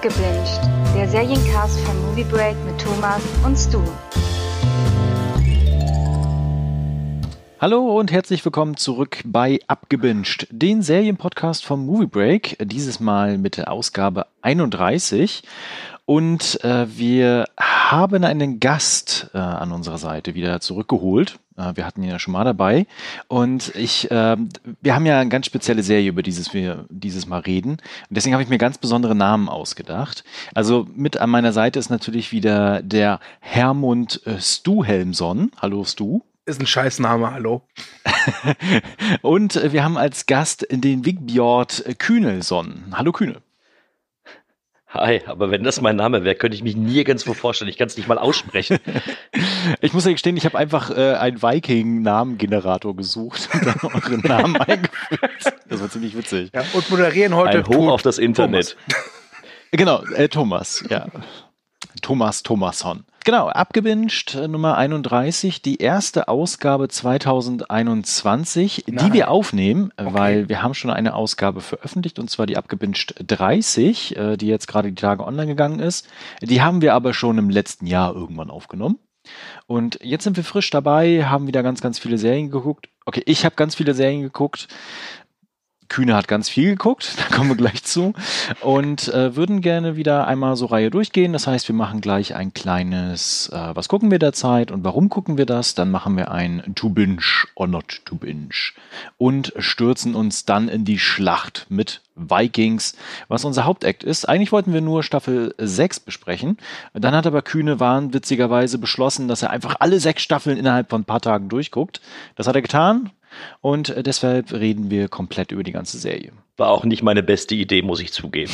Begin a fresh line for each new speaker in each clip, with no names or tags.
Abgebinged, der Seriencast von Movie Break mit Thomas und Stu.
Hallo und herzlich willkommen zurück bei Abgebinged, den Serienpodcast vom Movie Break, dieses Mal mit der Ausgabe 31. Und wir haben einen Gast an unserer Seite wieder zurückgeholt. Wir hatten ihn ja schon mal dabei. Und wir haben ja eine ganz spezielle Serie, über wir dieses Mal reden. Und deswegen habe ich mir ganz besondere Namen ausgedacht. Also mit an meiner Seite ist natürlich wieder der Hermund Stu Helmson. Hallo Stu.
Ist ein Scheißname, hallo.
Und wir haben als Gast den Wigbjord Kühnelson. Hallo Kühne.
Hi, aber wenn das mein Name wäre, könnte ich mich nirgendwo vorstellen. Ich kann es nicht mal aussprechen.
Ich muss ja gestehen, ich habe einfach einen Viking-Namengenerator gesucht und dann euren Namen eingefügt. Das war ziemlich witzig.
Ja, und moderieren heute
ein Hoch auf das Internet.
Thomas.
Genau, Thomas, ja. Thomasson. Genau, Abgebinged Nummer 31, die erste Ausgabe 2021, die wir aufnehmen, weil wir haben schon eine Ausgabe veröffentlicht, und zwar die Abgebinged 30, die jetzt gerade die Tage online gegangen ist. Die haben wir aber schon im letzten Jahr irgendwann aufgenommen. Und jetzt sind wir frisch dabei, haben wieder ganz, ganz viele Serien geguckt. Okay, ich habe ganz viele Serien geguckt. Kühne hat ganz viel geguckt, da kommen wir gleich zu, und würden gerne wieder einmal so Reihe durchgehen. Das heißt, wir machen gleich ein kleines, was gucken wir derzeit und warum gucken wir das? Dann machen wir ein To Binge or Not to Binge und stürzen uns dann in die Schlacht mit Vikings, was unser Hauptakt ist. Eigentlich wollten wir nur Staffel 6 besprechen. Dann hat aber Kühne witzigerweise beschlossen, dass er einfach alle 6 Staffeln innerhalb von ein paar Tagen durchguckt. Das hat er getan. Und deshalb reden wir komplett über die ganze Serie.
War auch nicht meine beste Idee, muss ich zugeben.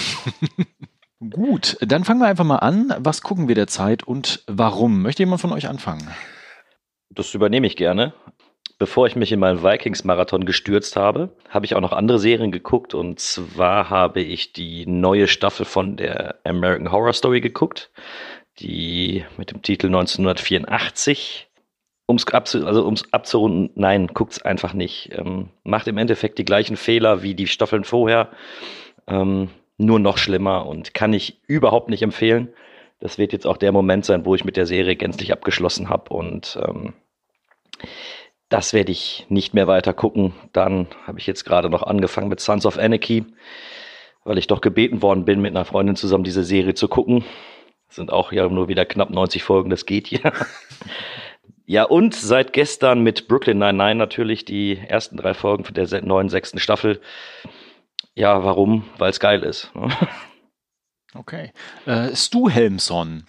Gut, dann fangen wir einfach mal an. Was gucken wir derzeit und warum? Möchte jemand von euch anfangen?
Das übernehme ich gerne. Bevor ich mich in meinen Vikings-Marathon gestürzt habe, habe ich auch noch andere Serien geguckt. Und zwar habe ich die neue Staffel von der American Horror Story geguckt, die mit dem Titel 1984. Um's abzurunden, nein, guckt's einfach nicht. Macht im Endeffekt die gleichen Fehler wie die Staffeln vorher, nur noch schlimmer, und kann ich überhaupt nicht empfehlen. Das wird jetzt auch der Moment sein, wo ich mit der Serie gänzlich abgeschlossen habe, und das werde ich nicht mehr weiter gucken. Dann habe ich jetzt gerade noch angefangen mit Sons of Anarchy, weil ich doch gebeten worden bin, mit einer Freundin zusammen diese Serie zu gucken. Das sind auch ja nur wieder knapp 90 Folgen, das geht ja. Ja, und seit gestern mit Brooklyn Nine-Nine natürlich die ersten 3 Folgen für der neuen 6. Staffel. Ja, warum? Weil es geil ist.
Okay. Stu Helmson.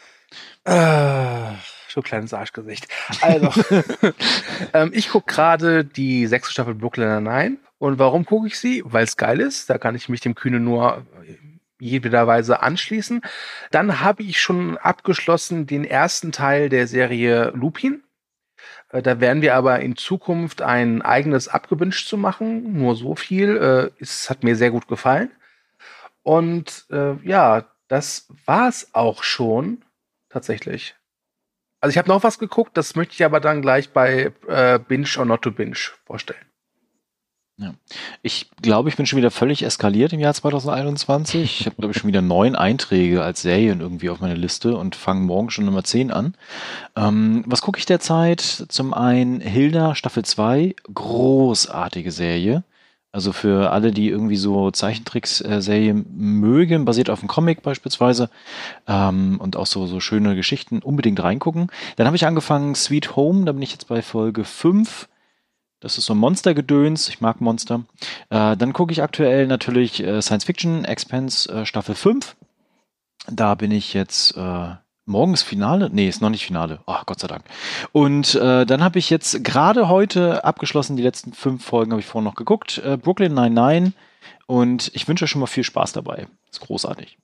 So kleines Arschgesicht. Also, ich gucke gerade die 6. Staffel Brooklyn Nine-Nine. Und warum gucke ich sie? Weil es geil ist. Da kann ich mich dem Kühne nur jederweise anschließen. Dann habe ich schon abgeschlossen den ersten Teil der Serie Lupin. Da werden wir aber in Zukunft ein eigenes Abgebinged zu machen. Nur so viel. Es hat mir sehr gut gefallen. Und ja, das war's auch schon tatsächlich. Also ich habe noch was geguckt, das möchte ich aber dann gleich bei Binge or Not to Binge vorstellen.
Ja. Ich glaube, ich bin schon wieder völlig eskaliert im Jahr 2021. Ich habe, glaube ich, schon wieder 9 Einträge als Serien irgendwie auf meiner Liste und fange morgen schon Nummer 10 an. Was gucke ich derzeit? Zum einen Hilda, Staffel 2, großartige Serie. Also für alle, die irgendwie so Zeichentricks-Serien mögen, basiert auf einem Comic beispielsweise, und auch so schöne Geschichten, unbedingt reingucken. Dann habe ich angefangen Sweet Home, da bin ich jetzt bei Folge 5. Das ist so ein Monstergedöns. Ich mag Monster. Dann gucke ich aktuell natürlich Science Fiction, Expanse, Staffel 5. Da bin ich jetzt morgens Finale. Nee, ist noch nicht Finale. Oh, Gott sei Dank. Und dann habe ich jetzt gerade heute abgeschlossen. Die letzten 5 Folgen habe ich vorhin noch geguckt. Brooklyn Nine-Nine. Und ich wünsche euch schon mal viel Spaß dabei. Ist großartig.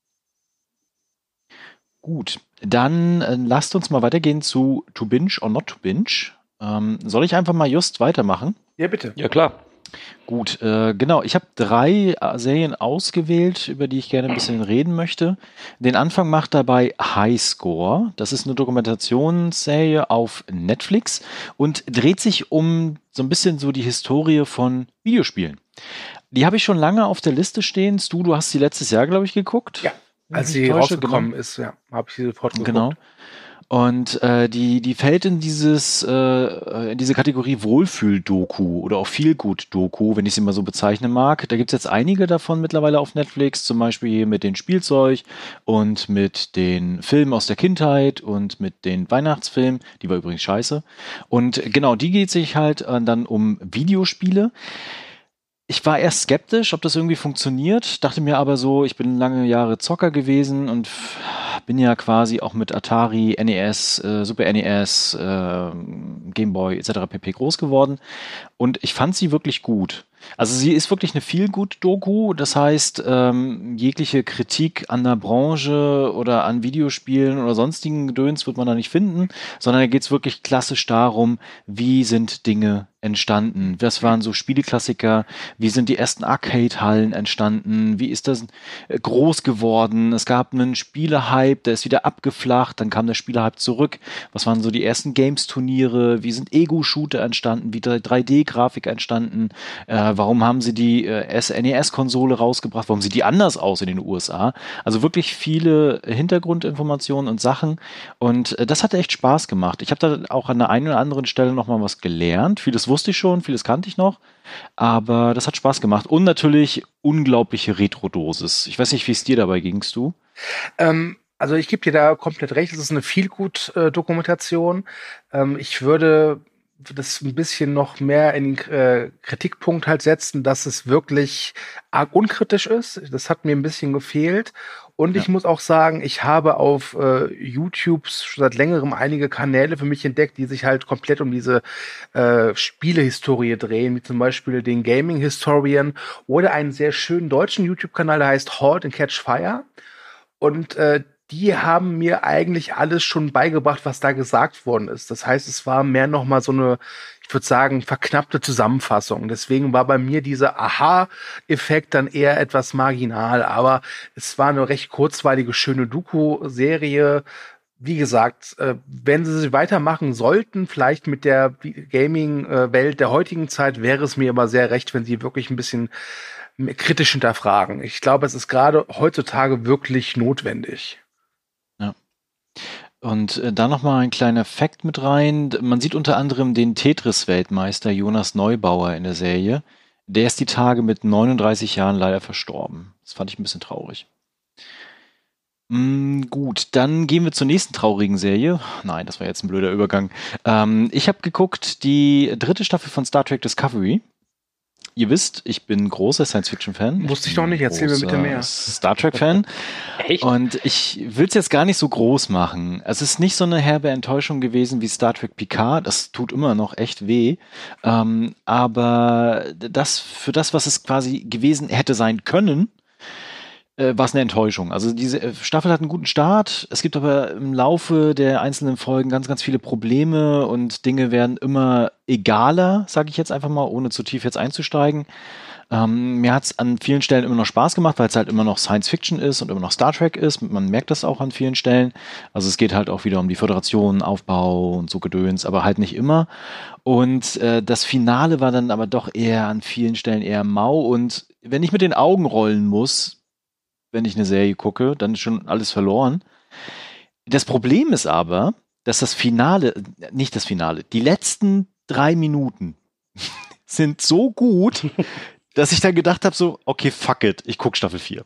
Gut, dann lasst uns mal weitergehen zu To Binge or Not to Binge. Soll ich einfach mal just weitermachen?
Ja, bitte.
Ja, klar.
Gut, genau. Ich habe 3 Serien ausgewählt, über die ich gerne ein bisschen reden möchte. Den Anfang macht dabei Highscore. Das ist eine Dokumentationsserie auf Netflix und dreht sich um so ein bisschen so die Historie von Videospielen. Die habe ich schon lange auf der Liste stehen. Du hast sie letztes Jahr, glaube ich, geguckt.
Ja. Als sie rausgekommen ist, ja, habe ich sie sofort geguckt.
Genau. Und die fällt in in diese Kategorie Wohlfühl-Doku oder auch Feelgood-Doku, wenn ich sie mal so bezeichnen mag. Da gibt es jetzt einige davon mittlerweile auf Netflix, zum Beispiel mit den Spielzeug und mit den Filmen aus der Kindheit und mit den Weihnachtsfilmen. Die war übrigens scheiße. Und genau, die geht sich halt dann um Videospiele. Ich war erst skeptisch, ob das irgendwie funktioniert, dachte mir aber so, ich bin lange Jahre Zocker gewesen und bin ja quasi auch mit Atari, NES, Super NES, Game Boy etc. pp. Groß geworden und ich fand sie wirklich gut. Also sie ist wirklich eine Feel-Good-Doku, das heißt, jegliche Kritik an der Branche oder an Videospielen oder sonstigen Gedöns wird man da nicht finden, sondern da geht es wirklich klassisch darum, wie sind Dinge entstanden, was waren so Spieleklassiker, wie sind die ersten Arcade-Hallen entstanden, wie ist das groß geworden, es gab einen Spielehype, der ist wieder abgeflacht, dann kam der Spielehype zurück, was waren so die ersten Games-Turniere, wie sind Ego-Shooter entstanden, wie 3D-Grafik entstanden, warum haben sie die NES-Konsole rausgebracht, warum sieht die anders aus in den USA, also wirklich viele Hintergrundinformationen und Sachen und das hat echt Spaß gemacht. Ich habe da auch an der einen oder anderen Stelle nochmal was gelernt, vieles wusste ich schon, vieles kannte ich noch, aber das hat Spaß gemacht und natürlich unglaubliche Retro-Dosis. Ich weiß nicht, wie es dir dabei gingst du?
Also ich gebe dir da komplett recht, es ist eine Feelgood-Dokumentation. Ich würde das ein bisschen noch mehr in den Kritikpunkt halt setzen, dass es wirklich arg unkritisch ist. Das hat mir ein bisschen gefehlt. Und ich muss auch sagen, ich habe auf YouTube schon seit längerem einige Kanäle für mich entdeckt, die sich halt komplett um diese Spielehistorie drehen, wie zum Beispiel den Gaming Historian oder einen sehr schönen deutschen YouTube-Kanal, der heißt Halt and Catch Fire. Und die haben mir eigentlich alles schon beigebracht, was da gesagt worden ist. Das heißt, es war mehr noch mal so eine, ich würde sagen, verknappte Zusammenfassung. Deswegen war bei mir dieser Aha-Effekt dann eher etwas marginal. Aber es war eine recht kurzweilige, schöne Doku-Serie. Wie gesagt, wenn sie sich weitermachen sollten, vielleicht mit der Gaming-Welt der heutigen Zeit, wäre es mir aber sehr recht, wenn sie wirklich ein bisschen kritisch hinterfragen. Ich glaube, es ist gerade heutzutage wirklich notwendig.
Ja. Und da nochmal ein kleiner Fact mit rein. Man sieht unter anderem den Tetris-Weltmeister Jonas Neubauer in der Serie. Der ist die Tage mit 39 Jahren leider verstorben. Das fand ich ein bisschen traurig. Gut, dann gehen wir zur nächsten traurigen Serie. Nein, das war jetzt ein blöder Übergang. Ich habe geguckt die 3. Staffel von Star Trek Discovery. Ihr wisst, ich bin großer Science-Fiction-Fan.
Wusste ich noch nicht, erzähl mir bitte mehr.
Star Trek-Fan.
Echt?
Und ich will es jetzt gar nicht so groß machen. Es ist nicht so eine herbe Enttäuschung gewesen wie Star Trek Picard. Das tut immer noch echt weh. Aber für das, was es quasi gewesen hätte sein können, war es eine Enttäuschung. Also diese Staffel hat einen guten Start. Es gibt aber im Laufe der einzelnen Folgen ganz, ganz viele Probleme und Dinge werden immer egaler, sage ich jetzt einfach mal, ohne zu tief jetzt einzusteigen. Mir hat es an vielen Stellen immer noch Spaß gemacht, weil es halt immer noch Science-Fiction ist und immer noch Star Trek ist. Man merkt das auch an vielen Stellen. Also es geht halt auch wieder um die Föderation, Aufbau und so Gedöns, aber halt nicht immer. Und das Finale war dann aber doch eher an vielen Stellen eher mau. Und wenn ich mit den Augen rollen muss, wenn ich eine Serie gucke, dann ist schon alles verloren. Das Problem ist aber, dass die letzten 3 Minuten sind so gut, dass ich dann gedacht habe, so, okay, fuck it, ich gucke Staffel 4.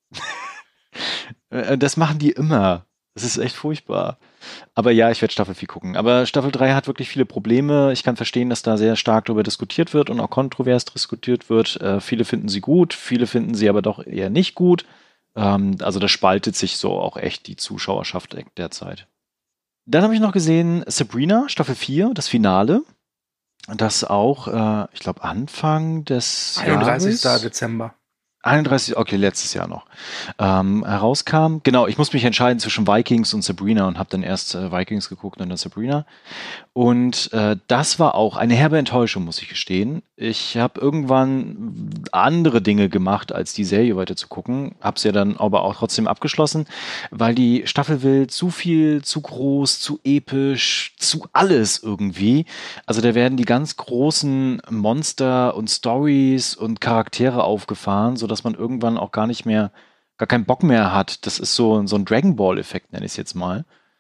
Das machen die immer. Das ist echt furchtbar. Aber ja, ich werde Staffel 4 gucken. Aber Staffel 3 hat wirklich viele Probleme. Ich kann verstehen, dass da sehr stark darüber diskutiert wird und auch kontrovers diskutiert wird. Viele finden sie gut, viele finden sie aber doch eher nicht gut. Also da spaltet sich so auch echt die Zuschauerschaft derzeit. Dann habe ich noch gesehen Sabrina, Staffel 4, das Finale. Das auch, ich glaube, Anfang des
31.
Jahres.
Dezember.
31, okay, letztes Jahr noch, herauskam. Genau, ich muss mich entscheiden zwischen Vikings und Sabrina und habe dann erst Vikings geguckt und dann Sabrina. Und das war auch eine herbe Enttäuschung, muss ich gestehen. Ich habe irgendwann andere Dinge gemacht, als die Serie weiter zu gucken. Habe es ja dann aber auch trotzdem abgeschlossen, weil die Staffel will zu viel, zu groß, zu episch, zu alles irgendwie. Also da werden die ganz großen Monster und Stories und Charaktere aufgefahren, sodass man irgendwann auch gar nicht mehr gar keinen Bock mehr hat. Das ist so ein Dragon Ball-Effekt, nenne ich es jetzt mal.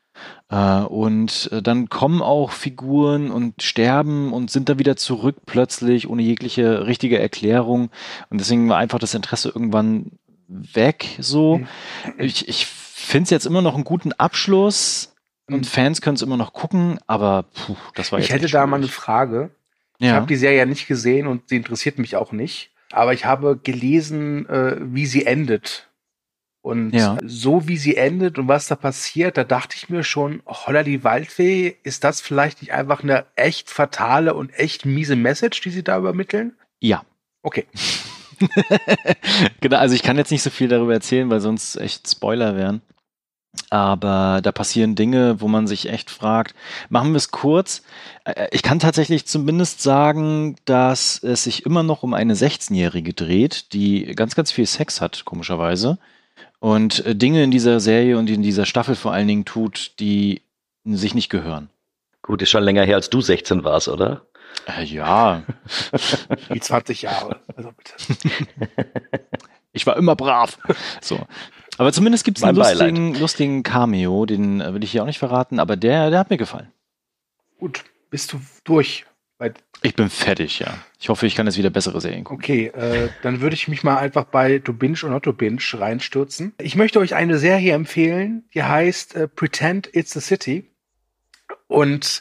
Und dann kommen auch Figuren und sterben und sind dann wieder zurück plötzlich, ohne jegliche richtige Erklärung. Und deswegen war einfach das Interesse irgendwann weg. So. Ich finde es jetzt immer noch einen guten Abschluss und Fans können es immer noch gucken, aber das war jetzt.
Ich hätte da mal eine Frage. Ich habe die Serie ja nicht gesehen und sie interessiert mich auch nicht. Aber ich habe gelesen, wie sie endet. Und so wie sie endet und was da passiert, da dachte ich mir schon, holla die Waldfee, ist das vielleicht nicht einfach eine echt fatale und echt miese Message, die sie da übermitteln?
Ja.
Okay.
Genau, also ich kann jetzt nicht so viel darüber erzählen, weil sonst echt Spoiler wären. Aber da passieren Dinge, wo man sich echt fragt, machen wir es kurz. Ich kann tatsächlich zumindest sagen, dass es sich immer noch um eine 16-Jährige dreht, die ganz, ganz viel Sex hat, komischerweise. Und Dinge in dieser Serie und in dieser Staffel vor allen Dingen tut, die sich nicht gehören.
Gut, ist schon länger her, als du 16 warst, oder?
Ja.
Die 20 Jahre. Also bitte.
Ich war immer brav. So. Aber zumindest gibt es einen lustigen Cameo, den will ich hier auch nicht verraten, aber der hat mir gefallen.
Gut, bist du durch?
Ich bin fertig, ja. Ich hoffe, ich kann jetzt wieder bessere Serien gucken.
Okay, dann würde ich mich mal einfach bei To Binge or Not to Binge reinstürzen. Ich möchte euch eine Serie empfehlen, die heißt Pretend It's the City. Und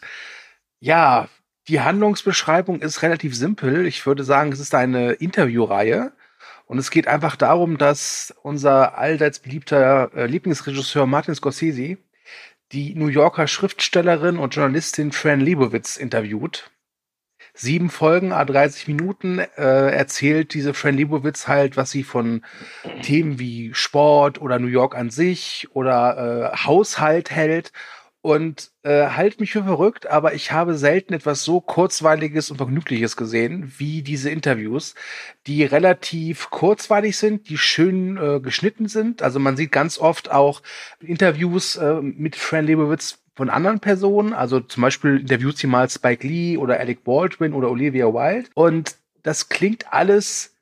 ja, die Handlungsbeschreibung ist relativ simpel. Ich würde sagen, es ist eine Interviewreihe. Und es geht einfach darum, dass unser allseits beliebter Lieblingsregisseur Martin Scorsese die New Yorker Schriftstellerin und Journalistin Fran Lebowitz interviewt. 7 Folgen, 30 Minuten, erzählt diese Fran Lebowitz halt, was sie von Themen wie Sport oder New York an sich oder Haushalt hält. Und halt mich für verrückt, aber ich habe selten etwas so Kurzweiliges und Vergnügliches gesehen, wie diese Interviews, die relativ kurzweilig sind, die schön geschnitten sind. Also man sieht ganz oft auch Interviews mit Fran Lebowitz von anderen Personen. Also zum Beispiel interviewt sie mal Spike Lee oder Alec Baldwin oder Olivia Wilde. Und das klingt alles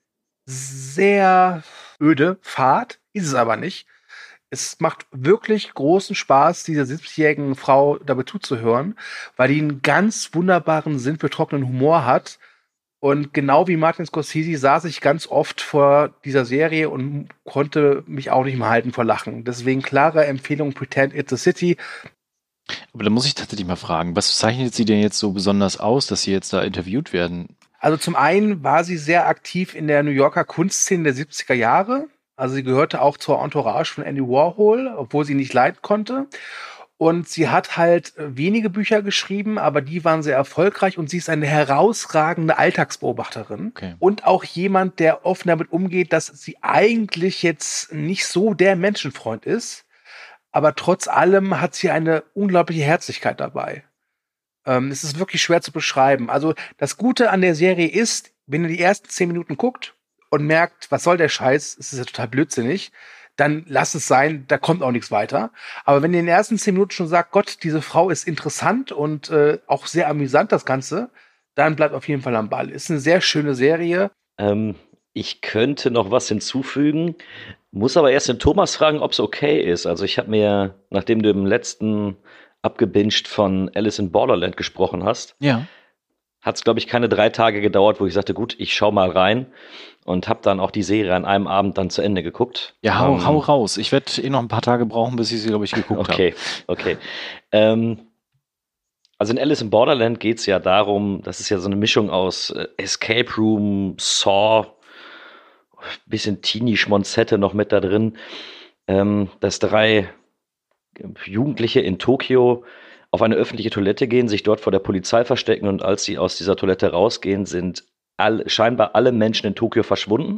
sehr öde, fad, ist es aber nicht. Es macht wirklich großen Spaß, dieser 70-jährigen Frau dabei zuzuhören, weil die einen ganz wunderbaren Sinn für trockenen Humor hat. Und genau wie Martin Scorsese saß ich ganz oft vor dieser Serie und konnte mich auch nicht mehr halten vor Lachen. Deswegen klare Empfehlung, Pretend It's a City.
Aber da muss ich tatsächlich mal fragen, was zeichnet sie denn jetzt so besonders aus, dass sie jetzt da interviewt werden?
Also zum einen war sie sehr aktiv in der New Yorker Kunstszene der 70er Jahre. Also sie gehörte auch zur Entourage von Andy Warhol, obwohl sie nicht leiden konnte. Und sie hat halt wenige Bücher geschrieben, aber die waren sehr erfolgreich und sie ist eine herausragende Alltagsbeobachterin.
Okay.
Und auch jemand, der offen damit umgeht, dass sie eigentlich jetzt nicht so der Menschenfreund ist, aber trotz allem hat sie eine unglaubliche Herzlichkeit dabei. Es ist wirklich schwer zu beschreiben. Also das Gute an der Serie ist, wenn ihr die ersten 10 Minuten guckt und merkt, was soll der Scheiß, es ist ja total blödsinnig, dann lasst es sein, da kommt auch nichts weiter. Aber wenn ihr in den ersten 10 Minuten schon sagt, Gott, diese Frau ist interessant und auch sehr amüsant, das Ganze, dann bleibt auf jeden Fall am Ball. Ist eine sehr schöne Serie.
Ich könnte noch was hinzufügen, muss aber erst den Thomas fragen, ob es okay ist. Also ich habe mir, nachdem du im letzten abgebinged von Alice in Borderland gesprochen hast, hat es, glaube ich, keine 3 Tage gedauert, auch sagte, gut, ich schau mal rein und habe dann auch die Serie an einem Abend dann zu Ende geguckt.
Ja, hau raus. Ich werde noch ein paar Tage brauchen, bis ich sie, glaube ich, geguckt habe.
Okay. Also in Alice in Borderland geht es ja darum, das ist ja so eine Mischung aus Escape Room, Saw, bisschen Teenie-Schmonzette noch mit da drin, dass 3 Jugendliche in Tokio auf eine öffentliche Toilette gehen, sich dort vor der Polizei verstecken und als sie aus dieser Toilette rausgehen, sind scheinbar alle Menschen in Tokio verschwunden.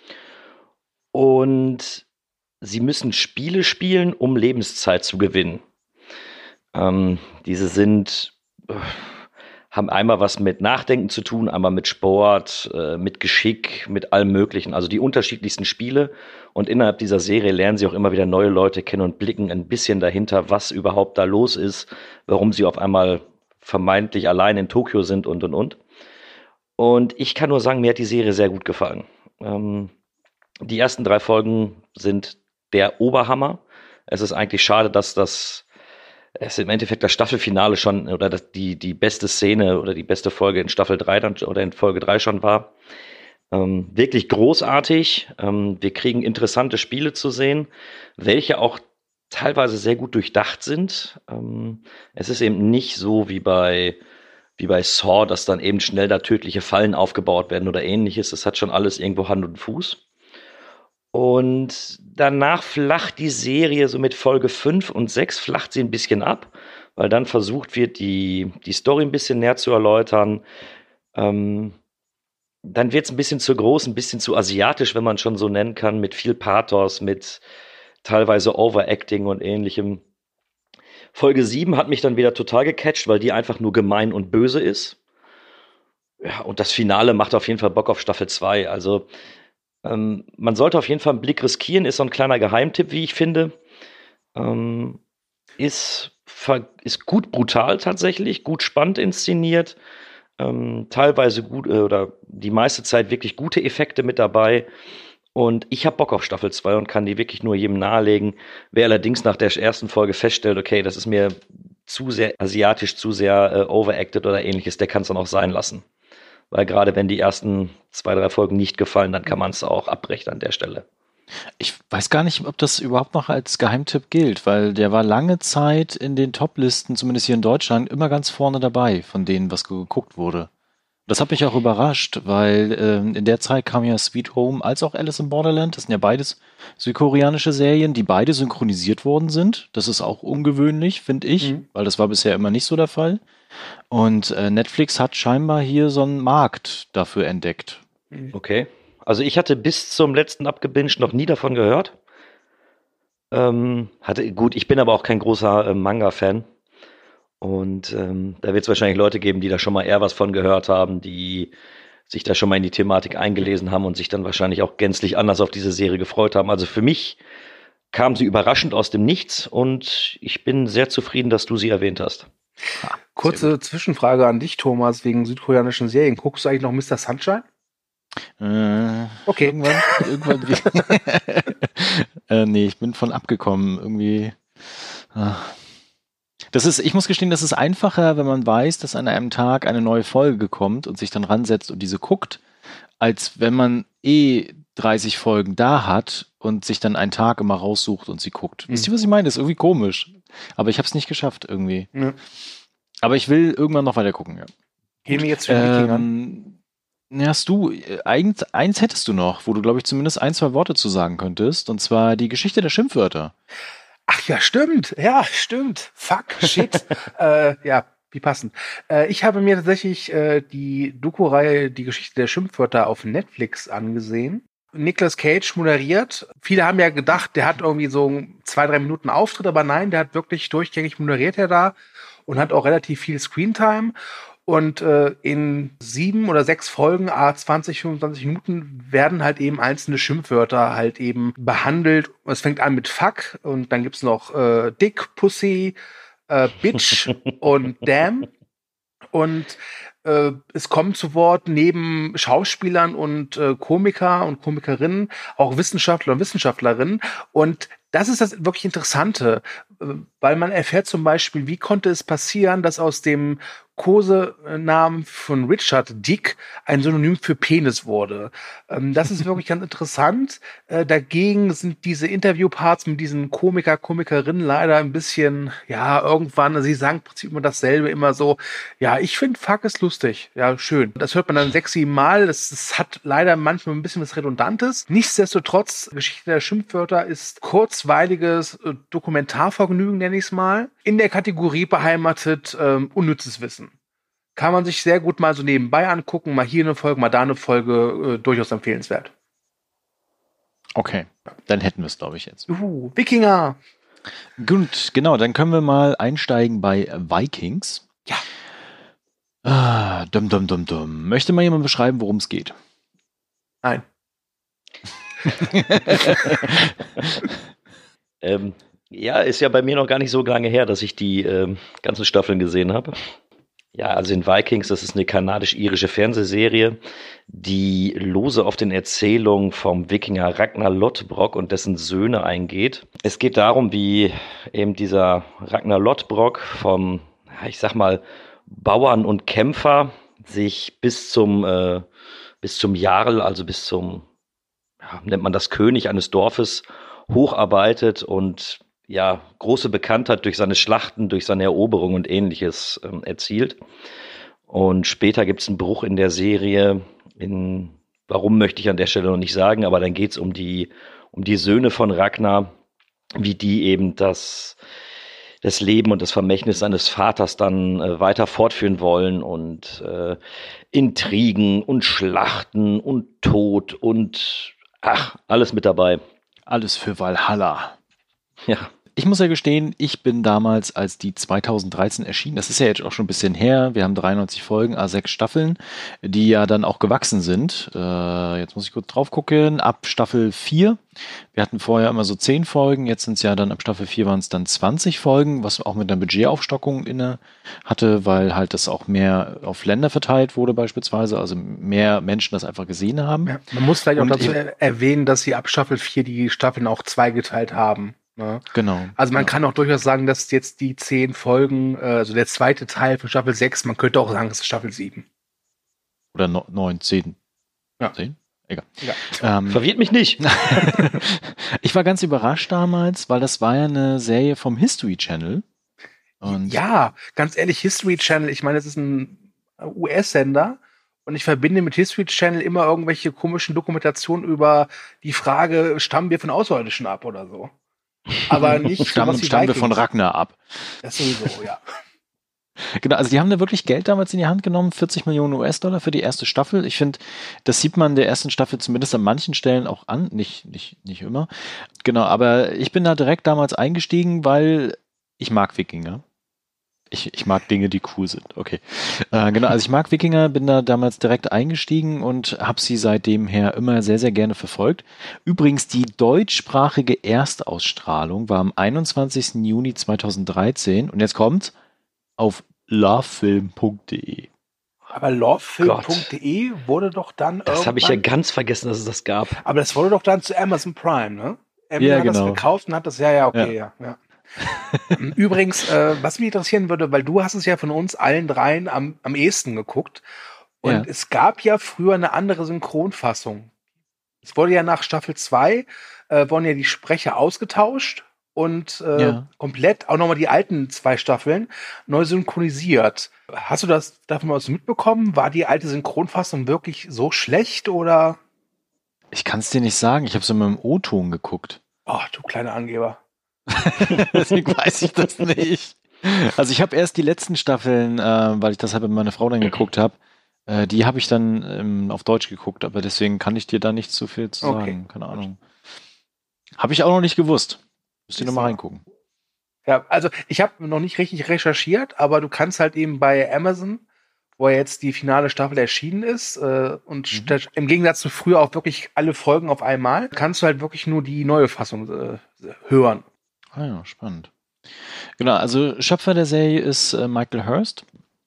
Und sie müssen Spiele spielen, um Lebenszeit zu gewinnen. Diese haben einmal was mit Nachdenken zu tun, einmal mit Sport, mit Geschick, mit allem Möglichen. Also die unterschiedlichsten Spiele. Und innerhalb dieser Serie lernen sie auch immer wieder neue Leute kennen und blicken ein bisschen dahinter, was überhaupt da los ist, warum sie auf einmal vermeintlich allein in Tokio sind und. Und ich kann nur sagen, mir hat die Serie sehr gut gefallen. Die ersten 3 Folgen sind der Oberhammer. Es ist eigentlich schade, dass es im Endeffekt das Staffelfinale schon oder die beste Szene oder die beste Folge in Staffel 3 dann oder in Folge 3 schon war. Wirklich großartig. Wir kriegen interessante Spiele zu sehen, welche auch teilweise sehr gut durchdacht sind. Es ist eben nicht so wie bei Saw, dass dann eben schnell da tödliche Fallen aufgebaut werden oder ähnliches. Es hat schon alles irgendwo Hand und Fuß. Und danach flacht die Serie so mit Folge 5 und 6 flacht sie ein bisschen ab, weil dann versucht wird, die Story ein bisschen näher zu erläutern. Dann wird es ein bisschen zu groß, ein bisschen zu asiatisch, wenn man schon so nennen kann, mit viel Pathos, mit teilweise Overacting und ähnlichem. Folge 7 hat mich dann wieder total gecatcht, weil die einfach nur gemein und böse ist. Ja, und das Finale macht auf jeden Fall Bock auf Staffel 2. Also man sollte auf jeden Fall einen Blick riskieren, ist so ein kleiner Geheimtipp, wie ich finde. Ist gut brutal tatsächlich, gut spannend inszeniert. Teilweise gut oder die meiste Zeit wirklich gute Effekte mit dabei. Und ich habe Bock auf Staffel 2 und kann die wirklich nur jedem nahelegen. Wer allerdings nach der ersten Folge feststellt, okay, das ist mir zu sehr asiatisch, zu sehr overacted oder ähnliches, der kann es dann auch sein lassen. Weil gerade wenn die ersten 2, 3 Folgen nicht gefallen, dann kann man es auch abbrechen an der Stelle.
Ich weiß gar nicht, ob das überhaupt noch als Geheimtipp gilt, weil der war lange Zeit in den Top-Listen, zumindest hier in Deutschland, immer ganz vorne dabei von denen, was geguckt wurde. Das hat mich auch überrascht, weil in der Zeit kam ja Sweet Home als auch Alice in Borderland. Das sind ja beides südkoreanische Serien, die beide synchronisiert worden sind. Das ist auch ungewöhnlich, finde ich, weil das war bisher immer nicht so der Fall. Und Netflix hat scheinbar hier so einen Markt dafür entdeckt.
Okay. Also ich hatte bis zum letzten Abgebinged noch nie davon gehört. Ich bin aber auch kein großer Manga-Fan. Und da wird es wahrscheinlich Leute geben, die da schon mal eher was von gehört haben, die sich da schon mal in die Thematik eingelesen haben und sich dann wahrscheinlich auch gänzlich anders auf diese Serie gefreut haben. Also für mich kam sie überraschend aus dem Nichts und ich bin sehr zufrieden, dass du sie erwähnt hast.
Kurze Zwischenfrage an dich, Thomas, wegen südkoreanischen Serien. Guckst du eigentlich noch Mr. Sunshine? Okay.
Irgendwann nee, ich bin von abgekommen. Irgendwie. Ich muss gestehen, das ist einfacher, wenn man weiß, dass an einem Tag eine neue Folge kommt und sich dann ransetzt und diese guckt, als wenn man 30 Folgen da hat und sich dann einen Tag immer raussucht und sie guckt. Wisst ihr, was ich meine? Das ist irgendwie komisch. Aber ich habe es nicht geschafft irgendwie. Ja. Aber ich will irgendwann noch weiter gucken, ja.
Gehen wir jetzt zu den Wikingern.
Hast du, eins hättest du noch, wo du, glaube ich, zumindest 1, 2 Worte zu sagen könntest, und zwar die Geschichte der Schimpfwörter.
Ach ja, stimmt. Ja, stimmt. Fuck, shit. Ja, wie passend. Ich habe mir tatsächlich die Doku-Reihe Die Geschichte der Schimpfwörter auf Netflix angesehen. Nicolas Cage moderiert. Viele haben ja gedacht, der hat irgendwie so 2, 3 Minuten Auftritt, aber nein, der hat wirklich durchgängig moderiert da und hat auch relativ viel Screentime. Und in 7 oder 6 Folgen, 20, 25 Minuten, werden halt eben einzelne Schimpfwörter halt eben behandelt. Es fängt an mit Fuck und dann gibt's noch Dick, Pussy, Bitch und Damn. Und es kommen zu Wort neben Schauspielern und Komiker und Komikerinnen auch Wissenschaftler und Wissenschaftlerinnen. Und das ist das wirklich Interessante, weil man erfährt zum Beispiel, wie konnte es passieren, dass aus dem Kosenamen von Richard Dick ein Synonym für Penis wurde. Das ist wirklich ganz interessant. Dagegen sind diese Interviewparts mit diesen Komikerinnen leider ein bisschen, ja, irgendwann, sie sagen im Prinzip immer dasselbe, immer so, ja, ich finde Fuck ist lustig. Ja, schön. Das hört man dann 6, 7 Mal. Das hat leider manchmal ein bisschen was Redundantes. Nichtsdestotrotz, Geschichte der Schimpfwörter ist kurzweiliges Dokumentarvergnügen, nenne ich es mal, in der Kategorie beheimatet unnützes Wissen. Kann man sich sehr gut mal so nebenbei angucken, mal hier eine Folge, mal da eine Folge, durchaus empfehlenswert.
Okay, dann hätten wir es, glaube ich, jetzt.
Wikinger!
Gut, genau, dann können wir mal einsteigen bei Vikings.
Ja.
Dumm. Möchte mal jemand beschreiben, worum es geht?
Nein.
Ja, ist ja bei mir noch gar nicht so lange her, dass ich die ganzen Staffeln gesehen habe. Ja, also in Vikings, das ist eine kanadisch-irische Fernsehserie, die lose auf den Erzählungen vom Wikinger Ragnar Lodbrok und dessen Söhne eingeht. Es geht darum, wie eben dieser Ragnar Lodbrok vom, ich sag mal, Bauern und Kämpfer sich bis zum Jarl, also bis zum, nennt man das, König eines Dorfes, hocharbeitet und ja, große Bekanntheit durch seine Schlachten, durch seine Eroberung und Ähnliches erzielt. Und später gibt es einen Bruch in der Serie. Warum möchte ich an der Stelle noch nicht sagen, aber dann geht es um die Söhne von Ragnar, wie die eben das Leben und das Vermächtnis seines Vaters dann weiter fortführen wollen und Intrigen und Schlachten und Tod und alles mit dabei.
Alles für Valhalla.
Ja.
Ich muss ja gestehen, ich bin damals, als die 2013 erschien, das ist ja jetzt auch schon ein bisschen her, wir haben 93 Folgen, 6 Staffeln, die ja dann auch gewachsen sind. Jetzt muss ich kurz drauf gucken, ab Staffel 4. Wir hatten vorher immer so 10 Folgen, jetzt sind es ja dann ab Staffel 4 waren es dann 20 Folgen, was auch mit einer Budgetaufstockung inne hatte, weil halt das auch mehr auf Länder verteilt wurde beispielsweise, also mehr Menschen das einfach gesehen haben.
Ja, man muss vielleicht auch dazu erwähnen, dass sie ab Staffel 4 die Staffeln auch zweigeteilt haben. Ja.
Genau.
Also man kann auch durchaus sagen, dass jetzt die 10 Folgen, also der zweite Teil von Staffel 6, man könnte auch sagen, es ist Staffel 7.
Oder 9, 10.
Ja.
10? Egal.
Ja.
Verwirrt mich nicht.
Ich war ganz überrascht damals, weil das war ja eine Serie vom History Channel. Und
ja, ganz ehrlich, History Channel, ich meine, das ist ein US-Sender und ich verbinde mit History Channel immer irgendwelche komischen Dokumentationen über die Frage, stammen wir von Außerirdischen ab oder so. Aber nicht
stammen wir von Ragnar ab.
Das sowieso, ja.
Genau, also die haben da wirklich Geld damals in die Hand genommen, 40 Millionen US-Dollar für die erste Staffel. Ich finde, das sieht man der ersten Staffel zumindest an manchen Stellen auch an, nicht immer. Genau, aber ich bin da direkt damals eingestiegen, weil ich mag Wikinger. Ich mag Dinge, die cool sind. Okay. Genau, also ich mag Wikinger, bin da damals direkt eingestiegen und habe sie seitdem her immer sehr, sehr gerne verfolgt. Übrigens, die deutschsprachige Erstausstrahlung war am 21. Juni 2013 und jetzt kommt auf lovefilm.de.
Aber lovefilm.de wurde doch dann
Das habe ich ja ganz vergessen, dass es das gab.
Aber das wurde doch dann zu Amazon Prime, ne? Amazon hat das gekauft und hat das, okay, ja. Übrigens, was mich interessieren würde, weil du hast es ja von uns allen dreien am ehesten geguckt und es gab ja früher eine andere Synchronfassung. Es wurde ja nach Staffel 2 wurden ja die Sprecher ausgetauscht und komplett auch nochmal die alten 2 Staffeln neu synchronisiert. Hast du das davon mal was mitbekommen? War die alte Synchronfassung wirklich so schlecht oder?
Ich kann es dir nicht sagen. Ich habe es immer im O-Ton geguckt.
Oh, du kleiner Angeber.
Deswegen weiß ich das nicht. Also ich habe erst die letzten Staffeln, weil ich das halt mit meiner Frau dann geguckt habe, die habe ich dann auf Deutsch geguckt, aber deswegen kann ich dir da nicht so viel zu sagen. Keine Ahnung. Habe ich auch noch nicht gewusst. Müsst ihr nochmal reingucken.
Ja, also ich habe noch nicht richtig recherchiert, aber du kannst halt eben bei Amazon, wo jetzt die finale Staffel erschienen ist, und im Gegensatz zu früher auch wirklich alle Folgen auf einmal, kannst du halt wirklich nur die neue Fassung hören.
Ah ja, spannend. Genau, also Schöpfer der Serie ist Michael Hurst.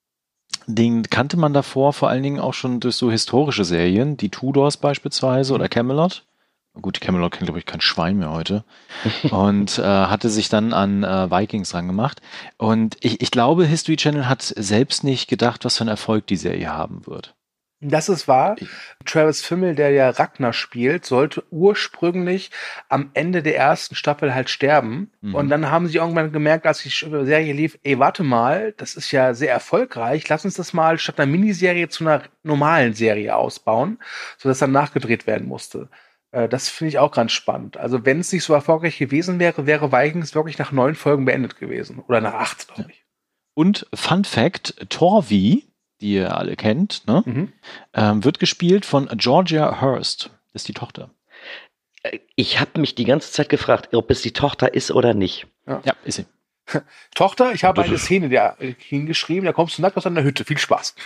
Den kannte man davor vor allen Dingen auch schon durch so historische Serien, die Tudors beispielsweise oder Camelot. Gut, Camelot kennt, glaube ich, kein Schwein mehr heute. Und hatte sich dann an Vikings rangemacht. Und ich glaube, History Channel hat selbst nicht gedacht, was für einen Erfolg die Serie haben wird.
Das ist wahr. Travis Fimmel, der ja Ragnar spielt, sollte ursprünglich am Ende der ersten Staffel halt sterben. Und dann haben sie irgendwann gemerkt, als die Serie lief, warte mal, das ist ja sehr erfolgreich, lass uns das mal statt einer Miniserie zu einer normalen Serie ausbauen, sodass dann nachgedreht werden musste. Das finde ich auch ganz spannend. Also wenn es nicht so erfolgreich gewesen wäre, wäre Vikings wirklich nach 9 Folgen beendet gewesen. Oder nach 8, glaube ich.
Und Fun Fact, Torvi, die ihr alle kennt, ne? Wird gespielt von Georgia Hurst. Das ist die Tochter.
Ich habe mich die ganze Zeit gefragt, ob es die Tochter ist oder nicht.
Ja, ist sie.
Tochter, ich habe eine Szene da hingeschrieben, da kommst du nackt aus einer Hütte. Viel Spaß.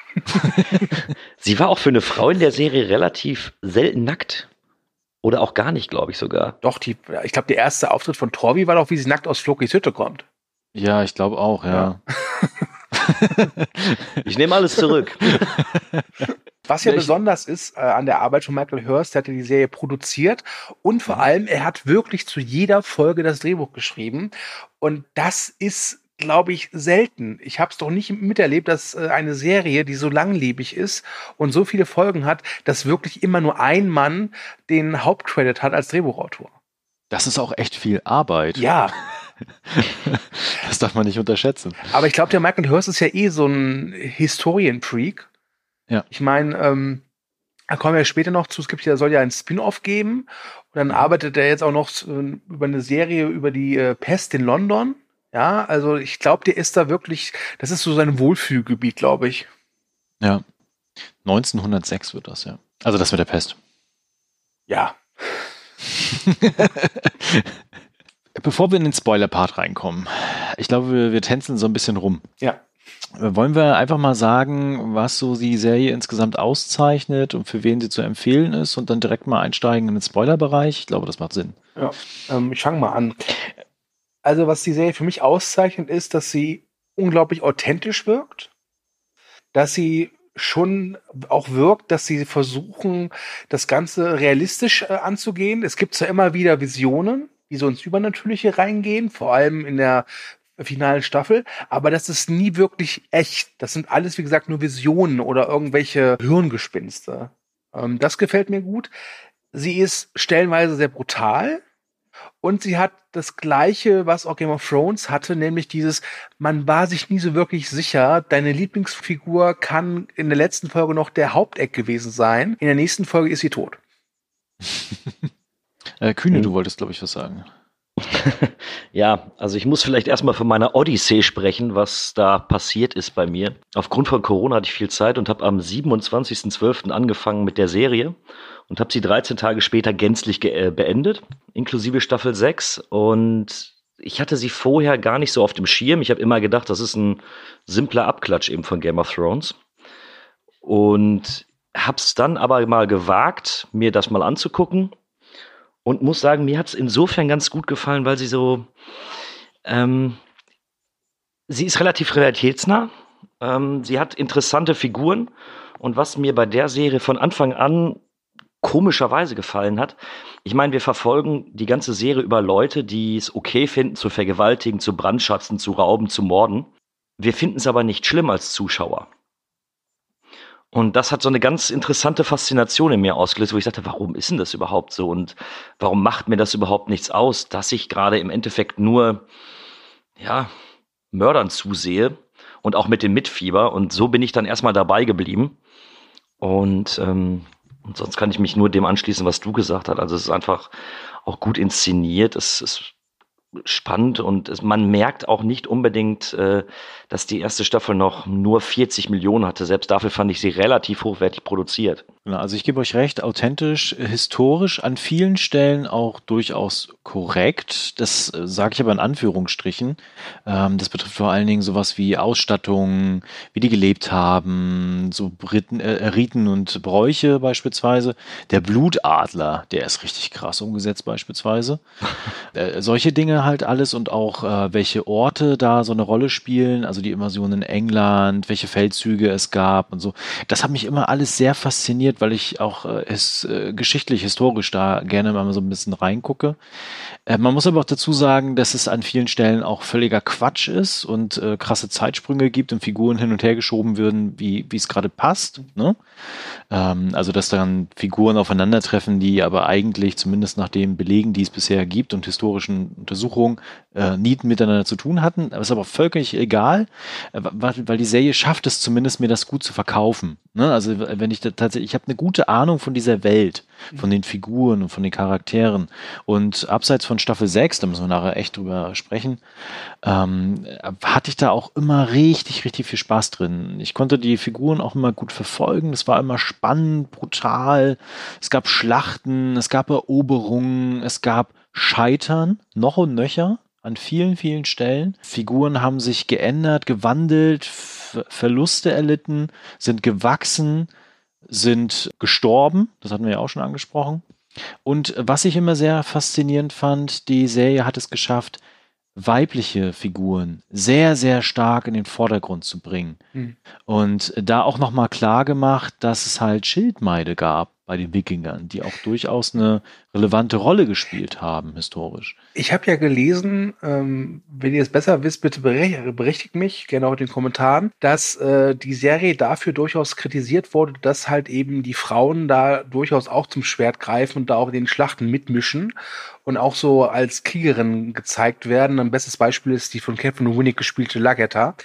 Sie war auch für eine Frau in der Serie relativ selten nackt. Oder auch gar nicht, glaube ich sogar.
Doch, ich glaube, der erste Auftritt von Torvi war doch, wie sie nackt aus Flokis Hütte kommt.
Ja, ich glaube auch, ja.
Ich nehme alles zurück.
Was ja besonders ist an der Arbeit von Michael Hurst, der hat ja die Serie produziert und vor allem, er hat wirklich zu jeder Folge das Drehbuch geschrieben. Und das ist, glaube ich, selten. Ich habe es doch nicht miterlebt, dass eine Serie, die so langlebig ist und so viele Folgen hat, dass wirklich immer nur ein Mann den Hauptcredit hat als Drehbuchautor.
Das ist auch echt viel Arbeit.
Ja.
Das darf man nicht unterschätzen.
Aber ich glaube, der Michael Hurst ist ja eh so ein Historienfreak. Ja. Ich meine, da kommen wir später noch zu, soll ja ein Spin-off geben. Und dann arbeitet er jetzt auch noch über eine Serie über die Pest in London. Ja, also ich glaube, der ist da wirklich, das ist so sein Wohlfühlgebiet, glaube ich.
Ja. 1906 wird das, ja. Also das mit der Pest.
Ja.
Bevor wir in den Spoiler-Part reinkommen, ich glaube, wir tänzeln so ein bisschen rum.
Ja.
Wollen wir einfach mal sagen, was so die Serie insgesamt auszeichnet und für wen sie zu empfehlen ist und dann direkt mal einsteigen in den Spoiler-Bereich? Ich glaube, das macht Sinn.
Ja, ich fange mal an. Also, was die Serie für mich auszeichnet, ist, dass sie unglaublich authentisch wirkt, dass sie schon auch wirkt, dass sie versuchen, das Ganze realistisch anzugehen. Es gibt zwar immer wieder Visionen, die so ins Übernatürliche reingehen, vor allem in der finalen Staffel, aber das ist nie wirklich echt. Das sind alles, wie gesagt, nur Visionen oder irgendwelche Hirngespinste. Das gefällt mir gut. Sie ist stellenweise sehr brutal und sie hat das Gleiche, was auch Game of Thrones hatte, nämlich dieses, man war sich nie so wirklich sicher, deine Lieblingsfigur kann in der letzten Folge noch der Haupteck gewesen sein, in der nächsten Folge ist sie tot.
Kühne, du wolltest, glaube ich, was sagen.
Ja, also ich muss vielleicht erstmal von meiner Odyssee sprechen, was da passiert ist bei mir. Aufgrund von Corona hatte ich viel Zeit und habe am 27.12. angefangen mit der Serie und habe sie 13 Tage später gänzlich beendet, inklusive Staffel 6. Und ich hatte sie vorher gar nicht so auf dem Schirm. Ich habe immer gedacht, das ist ein simpler Abklatsch eben von Game of Thrones. Und habe es dann aber mal gewagt, mir das mal anzugucken. Und muss sagen, mir hat es insofern ganz gut gefallen, weil sie so, sie ist relativ realitätsnah, sie hat interessante Figuren und was mir bei der Serie von Anfang an komischerweise gefallen hat, ich meine, wir verfolgen die ganze Serie über Leute, die es okay finden, zu vergewaltigen, zu brandschatzen, zu rauben, zu morden. Wir finden es aber nicht schlimm als Zuschauer. Und das hat so eine ganz interessante Faszination in mir ausgelöst, wo ich sagte, warum ist denn das überhaupt so? Und warum macht mir das überhaupt nichts aus, dass ich gerade im Endeffekt nur, ja, Mördern zusehe und auch mit dem Mitfieber. Und so bin ich dann erstmal dabei geblieben. Und sonst kann ich mich nur dem anschließen, was du gesagt hast. Also es ist einfach auch gut inszeniert. Es ist spannend und man merkt auch nicht unbedingt, dass die erste Staffel noch nur 40 Millionen hatte. Selbst dafür fand ich sie relativ hochwertig produziert.
Genau, also ich gebe euch recht, authentisch, historisch, an vielen Stellen auch durchaus korrekt. Das sage ich aber in Anführungsstrichen. Das betrifft vor allen Dingen sowas wie Ausstattung, wie die gelebt haben, so Riten und Bräuche beispielsweise. Der Blutadler, der ist richtig krass umgesetzt beispielsweise. Solche Dinge halt alles und auch welche Orte da so eine Rolle spielen, also die Invasion in England, welche Feldzüge es gab und so. Das hat mich immer alles sehr fasziniert, weil ich auch geschichtlich, historisch da gerne mal so ein bisschen reingucke. Man muss aber auch dazu sagen, dass es an vielen Stellen auch völliger Quatsch ist und krasse Zeitsprünge gibt und Figuren hin und her geschoben würden, wie es gerade passt. Ne? Also dass dann Figuren aufeinandertreffen, die aber eigentlich zumindest nach den Belegen, die es bisher gibt und historischen Untersuchungen, nie miteinander zu tun hatten. Aber ist aber völlig egal, weil die Serie schafft es zumindest, mir das gut zu verkaufen. Ne? Also wenn ich ich habe eine gute Ahnung von dieser Welt, von den Figuren und von den Charakteren. Und abseits von Staffel 6, da müssen wir nachher echt drüber sprechen, hatte ich da auch immer richtig, richtig viel Spaß drin. Ich konnte die Figuren auch immer gut verfolgen. Es war immer spannend, brutal. Es gab Schlachten, es gab Eroberungen, es gab Scheitern, noch und nöcher an vielen, vielen Stellen. Figuren haben sich geändert, gewandelt, Verluste erlitten, sind gewachsen, sind gestorben. Das hatten wir ja auch schon angesprochen. Und was ich immer sehr faszinierend fand, die Serie hat es geschafft, weibliche Figuren sehr, sehr stark in den Vordergrund zu bringen. Und da auch nochmal klar gemacht, dass es halt Schildmeide gab bei den Wikingern, die auch durchaus eine relevante Rolle gespielt haben, historisch.
Ich habe ja gelesen, wenn ihr es besser wisst, bitte berichtigt mich, gerne auch in den Kommentaren, dass die Serie dafür durchaus kritisiert wurde, dass halt eben die Frauen da durchaus auch zum Schwert greifen und da auch in den Schlachten mitmischen und auch so als Kriegerinnen gezeigt werden. Ein bestes Beispiel ist die von Catherine Winnick gespielte Lagertha.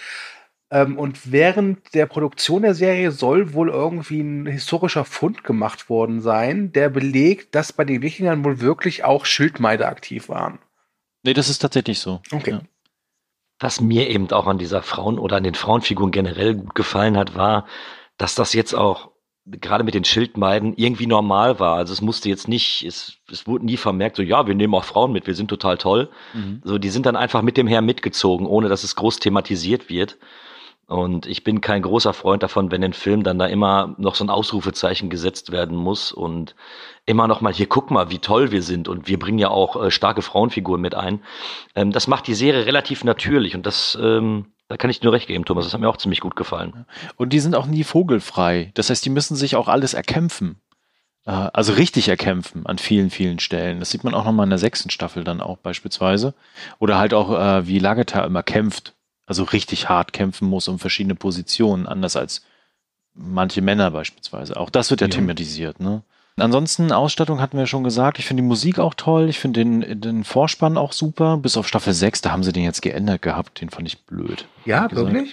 Und während der Produktion der Serie soll wohl irgendwie ein historischer Fund gemacht worden sein, der belegt, dass bei den Wikingern wohl wirklich auch Schildmeide aktiv waren.
Nee, das ist tatsächlich so.
Okay.
Ja.
Was mir eben auch an dieser Frauen- oder an den Frauenfiguren generell gut gefallen hat, war, dass das jetzt auch gerade mit den Schildmeiden irgendwie normal war. Also es musste jetzt nicht, es wurde nie vermerkt, so ja, wir nehmen auch Frauen mit, wir sind total toll. So, die sind dann einfach mit dem Heer mitgezogen, ohne dass es groß thematisiert wird. Und ich bin kein großer Freund davon, wenn in Filmen dann da immer noch so ein Ausrufezeichen gesetzt werden muss und immer noch mal, hier, guck mal, wie toll wir sind und wir bringen ja auch starke Frauenfiguren mit ein. Das macht die Serie relativ natürlich und das, da kann ich dir nur recht geben, Thomas, das hat mir auch ziemlich gut gefallen.
Und die sind auch nie vogelfrei. Das heißt, die müssen sich auch alles erkämpfen. Also richtig erkämpfen an vielen, vielen Stellen. Das sieht man auch nochmal in der 6. Staffel dann auch beispielsweise. Oder halt auch, wie Lagertha immer kämpft. Also richtig hart kämpfen muss um verschiedene Positionen, anders als manche Männer beispielsweise. Auch das wird ja thematisiert, ne? Ansonsten, Ausstattung hatten wir schon gesagt. Ich finde die Musik auch toll. Ich finde den Vorspann auch super. Bis auf Staffel 6, da haben sie den jetzt geändert gehabt. Den fand ich blöd.
Ja, wirklich?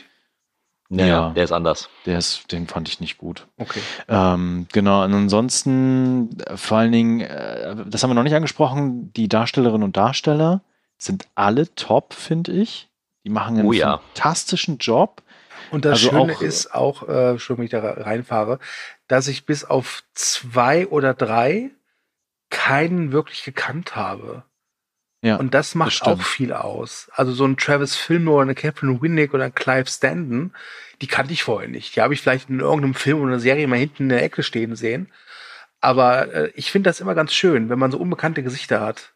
Ja, der ist anders.
Den fand ich nicht gut.
Okay.
Genau, und ansonsten vor allen Dingen, das haben wir noch nicht angesprochen, die Darstellerinnen und Darsteller sind alle top, finde ich. Die machen einen fantastischen Job.
Und das Schöne ist auch, Entschuldigung, wenn ich da reinfahre, dass ich bis auf 2 oder 3 keinen wirklich gekannt habe.
Ja,
und das macht auch viel aus. Also so ein Travis Fimmel oder eine Catherine Winnick oder ein Clive Standen, die kannte ich vorher nicht. Die habe ich vielleicht in irgendeinem Film oder einer Serie mal hinten in der Ecke stehen sehen. Aber ich finde das immer ganz schön, wenn man so unbekannte Gesichter hat.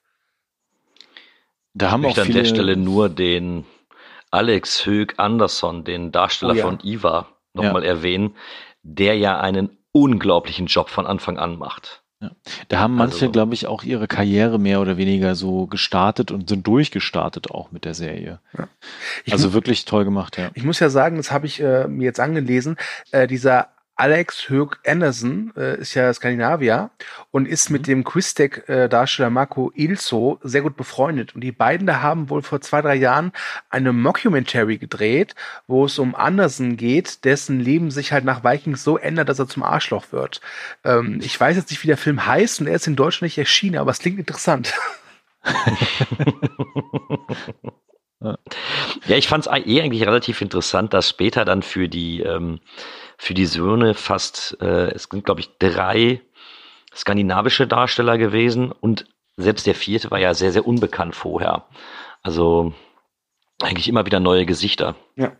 Da haben
ich möchte
auch viele
an der Stelle nur den Alex Höeg Andersson, den Darsteller von Ivar, nochmal erwähnen, der ja einen unglaublichen Job von Anfang an macht.
Ja. Da haben manche, glaube ich, auch ihre Karriere mehr oder weniger so gestartet und sind durchgestartet auch mit der Serie. Ja. Also wirklich toll gemacht, ja.
Ich muss ja sagen, das habe ich mir jetzt angelesen, dieser Alex Höeg Anderson ist ja Skandinavier und ist mit dem Quiztech-Darsteller Marco Ilso sehr gut befreundet. Und die beiden da haben wohl vor 2-3 Jahren eine Mockumentary gedreht, wo es um Anderson geht, dessen Leben sich halt nach Vikings so ändert, dass er zum Arschloch wird. Ich weiß jetzt nicht, wie der Film heißt und er ist in Deutschland nicht erschienen, aber es klingt interessant.
Ja, ich fand es eigentlich relativ interessant, dass später dann für die Söhne fast, es sind glaube ich 3 skandinavische Darsteller gewesen und selbst der 4. war ja sehr, sehr unbekannt vorher. Also eigentlich immer wieder neue Gesichter.
Ja.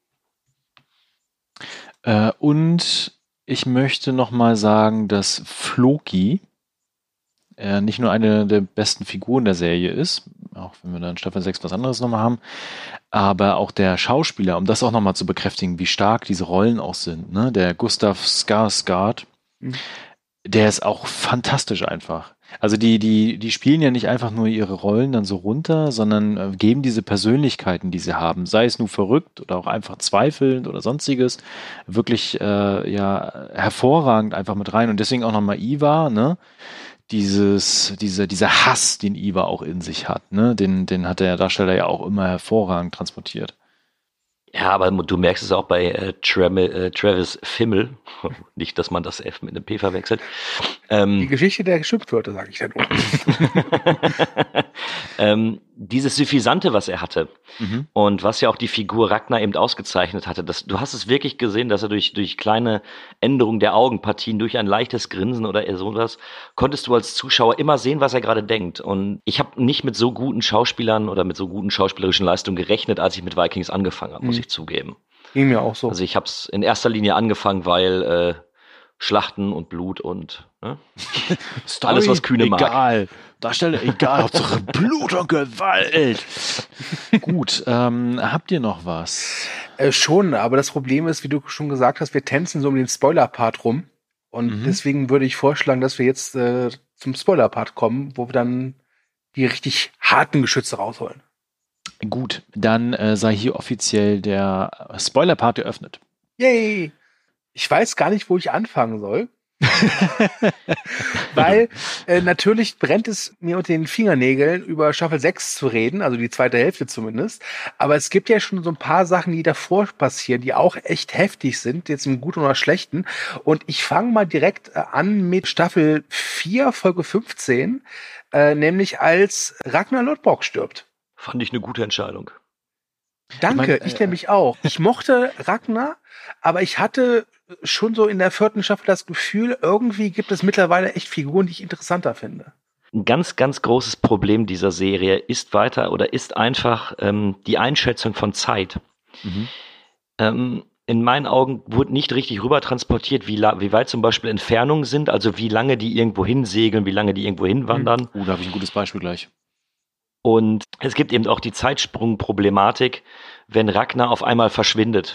Und ich möchte nochmal sagen, dass Floki nicht nur eine der besten Figuren der Serie ist, auch wenn wir dann in Staffel 6 was anderes nochmal haben, aber auch der Schauspieler, um das auch nochmal zu bekräftigen, wie stark diese Rollen auch sind, ne? Der Gustav Skarsgård, der ist auch fantastisch einfach. Also die spielen ja nicht einfach nur ihre Rollen dann so runter, sondern geben diese Persönlichkeiten, die sie haben, sei es nur verrückt oder auch einfach zweifelnd oder sonstiges, wirklich hervorragend einfach mit rein. Und deswegen auch nochmal Ivar, ne? Dieser Hass, den Ivar auch in sich hat, ne? Den hat der Darsteller ja auch immer hervorragend transportiert.
Ja, aber du merkst es auch bei Travis Fimmel, nicht, dass man das F mit einem P verwechselt.
Die Geschichte der Schimpfwörter, sage ich dann.
Dieses Suffisante, was er hatte und was ja auch die Figur Ragnar eben ausgezeichnet hatte, du hast es wirklich gesehen, dass er durch kleine Änderungen der Augenpartien, durch ein leichtes Grinsen oder sowas, konntest du als Zuschauer immer sehen, was er gerade denkt. Und ich habe nicht mit so guten Schauspielern oder mit so guten schauspielerischen Leistungen gerechnet, als ich mit Vikings angefangen habe, muss ich zugeben.
Ging mir auch so.
Also ich habe es in erster Linie angefangen, weil Schlachten und Blut und
Story,
alles, was Kühne mag.
Egal. Darsteller, egal. Hauptsache Blut und Gewalt. Gut, habt ihr noch was?
Schon, aber das Problem ist, wie du schon gesagt hast, wir tänzen so um den Spoiler-Part rum. Und deswegen würde ich vorschlagen, dass wir jetzt zum Spoiler-Part kommen, wo wir dann die richtig harten Geschütze rausholen.
Gut, dann sei hier offiziell der Spoiler-Part eröffnet.
Yay! Ich weiß gar nicht, wo ich anfangen soll. Weil natürlich brennt es mir unter den Fingernägeln, über Staffel 6 zu reden, also die zweite Hälfte zumindest. Aber es gibt ja schon so ein paar Sachen, die davor passieren, die auch echt heftig sind, jetzt im Guten oder Schlechten. Und ich fange mal direkt an mit Staffel 4, Folge 15, nämlich als Ragnar Lodbrok stirbt.
Fand ich eine gute Entscheidung.
Danke, ich nämlich auch. Ich mochte Ragnar, aber ich hatte schon so in der 4. Staffel das Gefühl, irgendwie gibt es mittlerweile echt Figuren, die ich interessanter finde.
Ein ganz, ganz großes Problem dieser Serie ist einfach die Einschätzung von Zeit. In meinen Augen wurde nicht richtig rüber transportiert, wie weit zum Beispiel Entfernungen sind, also wie lange die irgendwo hinsegeln, wie lange die irgendwo hinwandern.
Da habe ich ein gutes Beispiel gleich.
Und es gibt eben auch die Zeitsprung-Problematik, wenn Ragnar auf einmal verschwindet.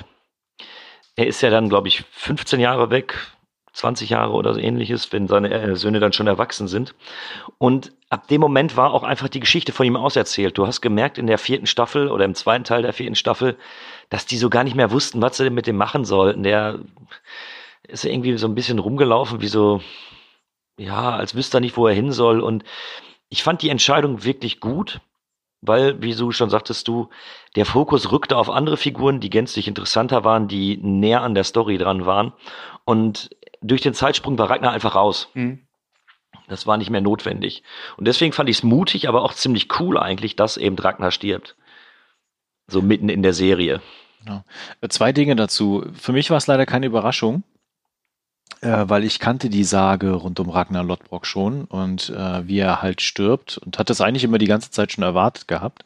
Er ist ja dann, glaube ich, 15 Jahre weg, 20 Jahre oder so ähnliches, wenn seine Söhne dann schon erwachsen sind. Und ab dem Moment war auch einfach die Geschichte von ihm auserzählt. Du hast gemerkt in der 4. Staffel oder im 2. Teil der 4. Staffel, dass die so gar nicht mehr wussten, was sie denn mit dem machen sollten. Der ist ja irgendwie so ein bisschen rumgelaufen, wie so, ja, als wüsste er nicht, wo er hin soll. Und ich fand die Entscheidung wirklich gut, weil, wie du schon sagtest, der Fokus rückte auf andere Figuren, die gänzlich interessanter waren, die näher an der Story dran waren. Und durch den Zeitsprung war Ragnar einfach raus. Das war nicht mehr notwendig. Und deswegen fand ich es mutig, aber auch ziemlich cool eigentlich, dass eben Ragnar stirbt. So mitten in der Serie.
Genau. 2 Dinge dazu. Für mich war es leider keine Überraschung, weil ich kannte die Sage rund um Ragnar Lodbrok schon und wie er halt stirbt und hatte es eigentlich immer die ganze Zeit schon erwartet gehabt.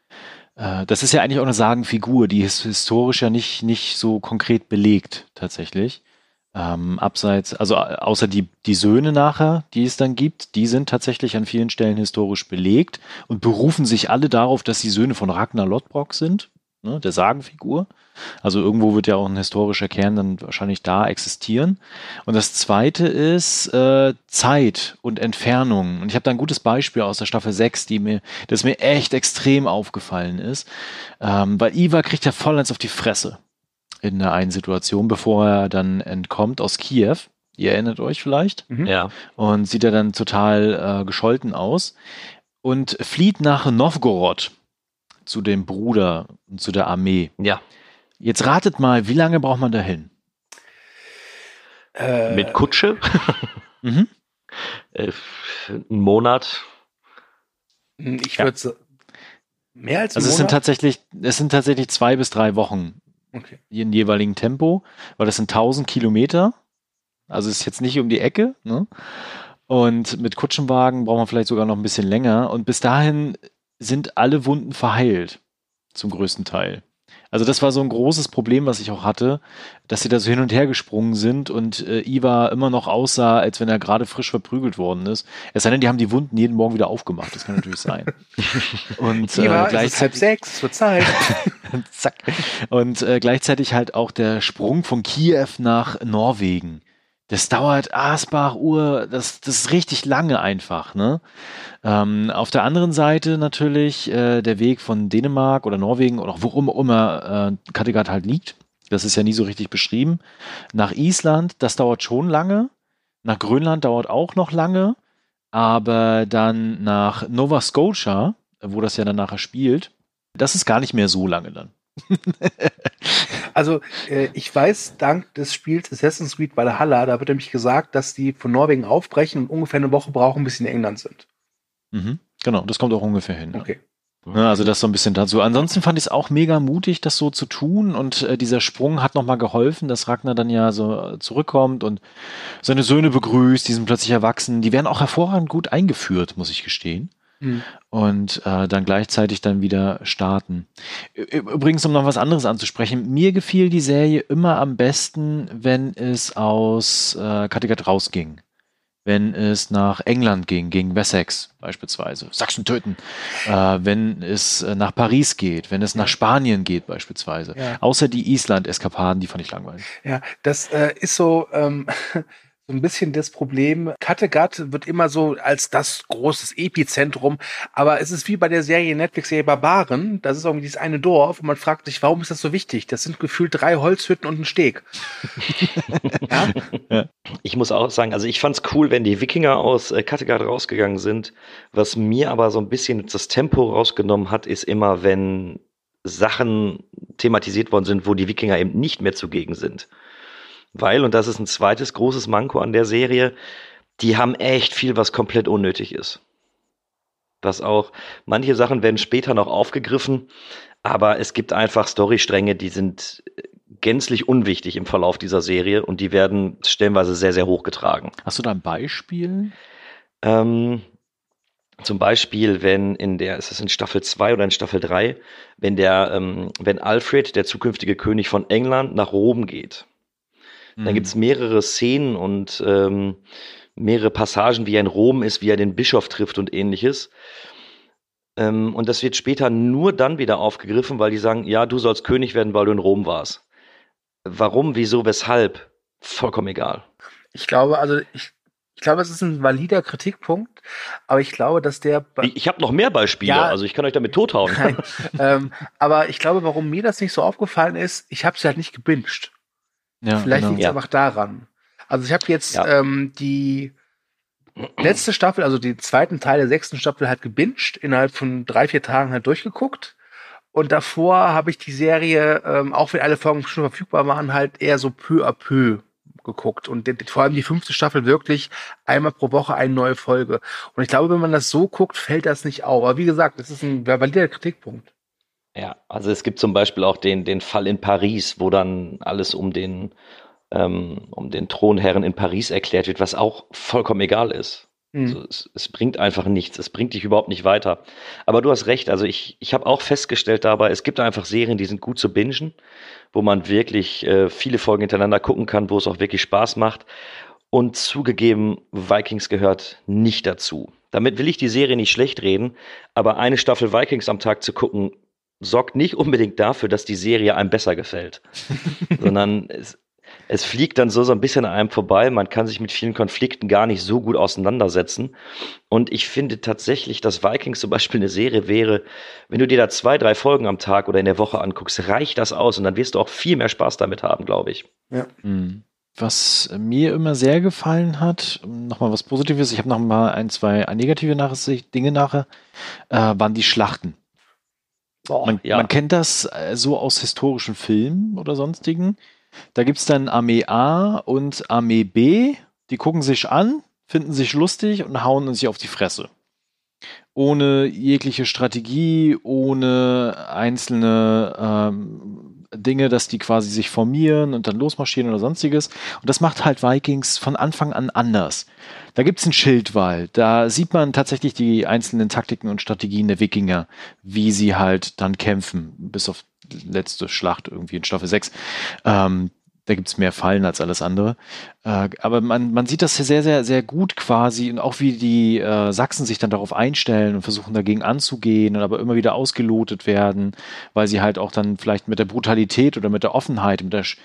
Das ist ja eigentlich auch eine Sagenfigur, die ist historisch ja nicht so konkret belegt tatsächlich. Abseits, also außer die Söhne nachher, die es dann gibt, die sind tatsächlich an vielen Stellen historisch belegt und berufen sich alle darauf, dass die Söhne von Ragnar Lodbrok sind, ne, der Sagenfigur. Also irgendwo wird ja auch ein historischer Kern dann wahrscheinlich da existieren. Und das Zweite ist Zeit und Entfernung. Und ich habe da ein gutes Beispiel aus der Staffel 6, das mir echt extrem aufgefallen ist. Weil Ivar kriegt ja vollends auf die Fresse in der einen Situation, bevor er dann entkommt aus Kiew. Ihr erinnert euch vielleicht?
Ja.
Und sieht er dann total gescholten aus und flieht nach Novgorod zu dem Bruder und zu der Armee.
Ja.
Jetzt ratet mal, wie lange braucht man dahin?
Mit Kutsche? Ein Monat?
Ich würde mehr als ein
Also
Monat?
es sind tatsächlich 2 bis 3 Wochen in jeweiligen Tempo, weil das sind 1000 Kilometer. Also ist jetzt nicht um die Ecke, ne? Und mit Kutschenwagen braucht man vielleicht sogar noch ein bisschen länger. Und bis dahin sind alle Wunden verheilt, zum größten Teil. Also das war so ein großes Problem, was ich auch hatte, dass sie da so hin und her gesprungen sind und Ivar immer noch aussah, als wenn er gerade frisch verprügelt worden ist. Es sei denn, die haben die Wunden jeden Morgen wieder aufgemacht. Das kann natürlich sein. Und
Ivar, es ist 5:30, es wird Zeit.
Zack. Und gleichzeitig halt auch der Sprung von Kiew nach Norwegen. Das dauert Asbach, das ist richtig lange einfach, ne? Auf der anderen Seite natürlich der Weg von Dänemark oder Norwegen oder auch wo immer Kattegat halt liegt. Das ist ja nie so richtig beschrieben. Nach Island, das dauert schon lange. Nach Grönland dauert auch noch lange. Aber dann nach Nova Scotia, wo das ja dann nachher spielt, das ist gar nicht mehr so lange dann.
Also ich weiß, dank des Spiels Assassin's Creed Valhalla, da wird nämlich gesagt, dass die von Norwegen aufbrechen und ungefähr eine Woche brauchen, bis sie in England sind.
Genau, das kommt auch ungefähr hin.
Okay.
Ja, also das so ein bisschen dazu. Ansonsten fand ich es auch mega mutig, das so zu tun und dieser Sprung hat nochmal geholfen, dass Ragnar dann ja so zurückkommt und seine Söhne begrüßt, die sind plötzlich erwachsen. Die werden auch hervorragend gut eingeführt, muss ich gestehen. und dann gleichzeitig dann wieder starten. Übrigens, um noch was anderes anzusprechen, mir gefiel die Serie immer am besten, wenn es aus Kattegat rausging. Wenn es nach England ging, gegen Wessex beispielsweise, Sachsen töten. Wenn es nach Paris geht, wenn es nach Spanien geht beispielsweise. Ja. Außer die Island-Eskapaden, die fand ich langweilig.
Ja, das ist so so ein bisschen das Problem. Kattegat wird immer so als das großes Epizentrum, aber es ist wie bei der Serie Netflix-Serie Barbaren, das ist irgendwie dieses eine Dorf und man fragt sich, warum ist das so wichtig? Das sind gefühlt 3 Holzhütten und ein Steg.
Ja? Ich muss auch sagen, also ich fand's cool, wenn die Wikinger aus Kattegat rausgegangen sind. Was mir aber so ein bisschen das Tempo rausgenommen hat, ist immer, wenn Sachen thematisiert worden sind, wo die Wikinger eben nicht mehr zugegen sind. Weil, und das ist ein zweites großes Manko an der Serie, die haben echt viel, was komplett unnötig ist. Was auch, manche Sachen werden später noch aufgegriffen, aber es gibt einfach Storystränge, die sind gänzlich unwichtig im Verlauf dieser Serie und die werden stellenweise sehr, sehr hochgetragen.
Hast du da ein Beispiel?
Zum Beispiel, wenn ist es in Staffel 2 oder in Staffel 3, wenn Alfred, der zukünftige König von England, nach Rom geht. Dann gibt's mehrere Szenen und mehrere Passagen, wie er in Rom ist, wie er den Bischof trifft und ähnliches. Und das wird später nur dann wieder aufgegriffen, weil die sagen, ja, du sollst König werden, weil du in Rom warst. Warum, wieso, weshalb? Vollkommen egal.
Ich glaube, es ist ein valider Kritikpunkt, aber ich glaube, dass der...
Ich habe noch mehr Beispiele, also ich kann euch damit tothauen.
Nein, aber ich glaube, warum mir das nicht so aufgefallen ist, ich habe es halt nicht gebinged. Ja, vielleicht liegt es einfach daran. Also ich habe jetzt die letzte Staffel, also den zweiten Teil der 6. Staffel halt gebinged, innerhalb von 3-4 Tagen halt durchgeguckt. Und davor habe ich die Serie, auch wenn alle Folgen schon verfügbar waren, halt eher so peu à peu geguckt. Und vor allem die 5. Staffel wirklich einmal pro Woche eine neue Folge. Und ich glaube, wenn man das so guckt, fällt das nicht auf. Aber wie gesagt, das ist ein valider Kritikpunkt.
Ja, also es gibt zum Beispiel auch den Fall in Paris, wo dann alles um den Thronherren in Paris erklärt wird, was auch vollkommen egal ist. Also es bringt einfach nichts, es bringt dich überhaupt nicht weiter. Aber du hast recht, also ich habe auch festgestellt dabei, es gibt einfach Serien, die sind gut zu bingen, wo man wirklich viele Folgen hintereinander gucken kann, wo es auch wirklich Spaß macht. Und zugegeben, Vikings gehört nicht dazu. Damit will ich die Serie nicht schlecht reden, aber eine Staffel Vikings am Tag zu gucken, sorgt nicht unbedingt dafür, dass die Serie einem besser gefällt, sondern es fliegt dann so ein bisschen an einem vorbei. Man kann sich mit vielen Konflikten gar nicht so gut auseinandersetzen. Und ich finde tatsächlich, dass Vikings zum Beispiel eine Serie wäre, wenn du dir da 2-3 Folgen am Tag oder in der Woche anguckst, reicht das aus und dann wirst du auch viel mehr Spaß damit haben, glaube ich.
Ja.
Was mir immer sehr gefallen hat, nochmal was Positives, ich habe noch mal 1-2 negative Dinge nachher, waren die Schlachten. Man kennt das so aus historischen Filmen oder sonstigen. Da gibt es dann Armee A und Armee B, die gucken sich an, finden sich lustig und hauen sich auf die Fresse. Ohne jegliche Strategie, ohne einzelne Dinge, dass die quasi sich formieren und dann losmarschieren oder sonstiges. Und das macht halt Vikings von Anfang an anders. Da gibt's einen Schildwall, da sieht man tatsächlich die einzelnen Taktiken und Strategien der Wikinger, wie sie halt dann kämpfen, bis auf die letzte Schlacht irgendwie in Staffel 6. Da gibt's mehr Fallen als alles andere. Aber man sieht das sehr, sehr, sehr gut quasi und auch wie die Sachsen sich dann darauf einstellen und versuchen dagegen anzugehen und aber immer wieder ausgelotet werden, weil sie halt auch dann vielleicht mit der Brutalität oder mit der Offenheit,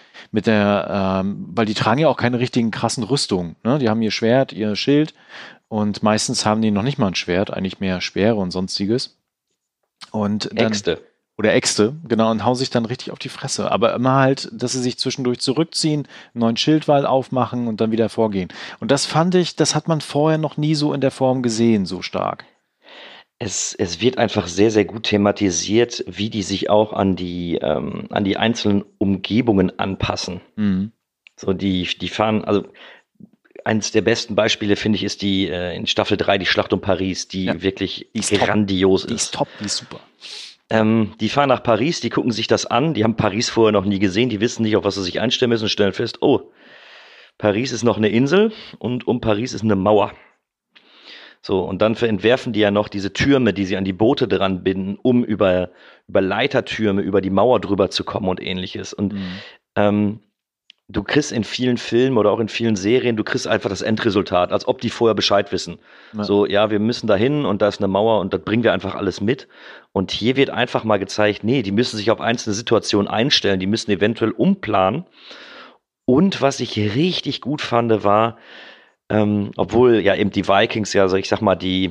weil die tragen ja auch keine richtigen krassen Rüstungen. Ne? Die haben ihr Schwert, ihr Schild und meistens haben die noch nicht mal ein Schwert, eigentlich mehr Speere und sonstiges. Und dann Äxte, genau, und hauen sich dann richtig auf die Fresse. Aber immer halt, dass sie sich zwischendurch zurückziehen, einen neuen Schildwall aufmachen und dann wieder vorgehen. Und das fand ich, das hat man vorher noch nie so in der Form gesehen, so stark.
Es wird einfach sehr, sehr gut thematisiert, wie die sich auch an die einzelnen Umgebungen anpassen. So, die fahren, also eines der besten Beispiele, finde ich, ist die in Staffel 3, die Schlacht um Paris, die wirklich grandios ist.
Die ist top, die ist super.
Die fahren nach Paris, die gucken sich das an, die haben Paris vorher noch nie gesehen, die wissen nicht, auf was sie sich einstellen müssen und stellen fest, oh, Paris ist noch eine Insel und um Paris ist eine Mauer. So, und dann entwerfen die ja noch diese Türme, die sie an die Boote dran binden, um über Leitertürme, über die Mauer drüber zu kommen und ähnliches. Und du kriegst in vielen Filmen oder auch in vielen Serien, du kriegst einfach das Endresultat, als ob die vorher Bescheid wissen. Ja. So, ja, wir müssen da hin und da ist eine Mauer und da bringen wir einfach alles mit. Und hier wird einfach mal gezeigt, nee, die müssen sich auf einzelne Situationen einstellen, die müssen eventuell umplanen. Und was ich richtig gut fand, war, obwohl ja eben die Vikings ja, so ich sag mal, die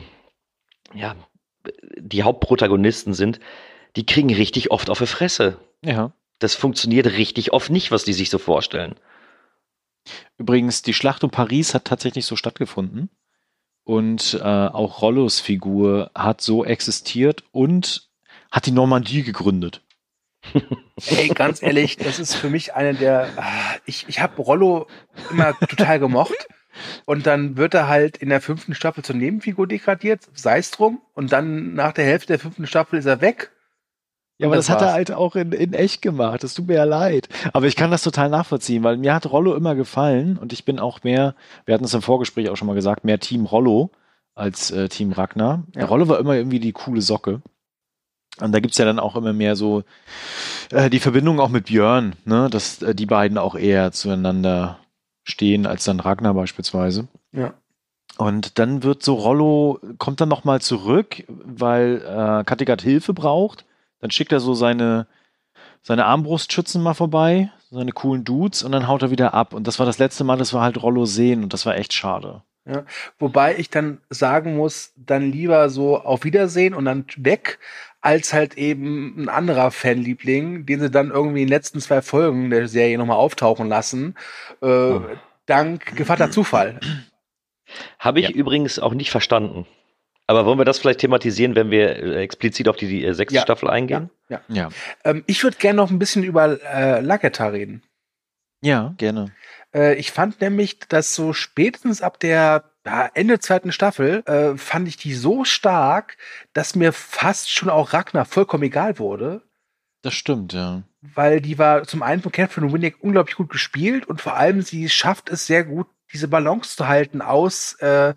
Hauptprotagonisten sind, die kriegen richtig oft auf die Fresse.
Ja.
Das funktioniert richtig oft nicht, was die sich so vorstellen.
Übrigens, die Schlacht um Paris hat tatsächlich so stattgefunden. Und auch Rollos Figur hat so existiert und hat die Normandie gegründet.
Ey, ganz ehrlich, das ist für mich eine der... Ich habe Rollo immer total gemocht. Und dann wird er halt in der 5. Staffel zur Nebenfigur degradiert, sei es drum. Und dann nach der Hälfte der 5. Staffel ist er weg.
Ja, aber das hat er halt auch in echt gemacht. Das tut mir ja leid. Aber ich kann das total nachvollziehen, weil mir hat Rollo immer gefallen und ich bin auch mehr, wir hatten es im Vorgespräch auch schon mal gesagt, mehr Team Rollo als Team Ragnar. Ja. Rollo war immer irgendwie die coole Socke. Und da gibt's ja dann auch immer mehr so die Verbindung auch mit Björn, ne, dass die beiden auch eher zueinander stehen als dann Ragnar beispielsweise.
Ja.
Und dann wird so Rollo, kommt dann nochmal zurück, weil Kattegat Hilfe braucht. Dann schickt er so seine Armbrustschützen mal vorbei, seine coolen Dudes, und dann haut er wieder ab. Und das war das letzte Mal, dass wir halt Rollo sehen, und das war echt schade.
Ja, wobei ich dann sagen muss, dann lieber so auf Wiedersehen und dann weg, als halt eben ein anderer Fanliebling, den sie dann irgendwie in den letzten 2 Folgen der Serie nochmal auftauchen lassen, dank Gevatter Zufall.
Habe ich übrigens auch nicht verstanden. Aber wollen wir das vielleicht thematisieren, wenn wir explizit auf die 6. Staffel eingehen?
Ja. Ich würde gerne noch ein bisschen über Lagertha reden.
Ja, gerne.
Ich fand nämlich, dass so spätestens ab der Ende 2. Staffel fand ich die so stark, dass mir fast schon auch Ragnar vollkommen egal wurde.
Das stimmt, ja. Weil
die war zum einen von Catherine Winnick unglaublich gut gespielt und vor allem sie schafft es sehr gut, diese Balance zu halten aus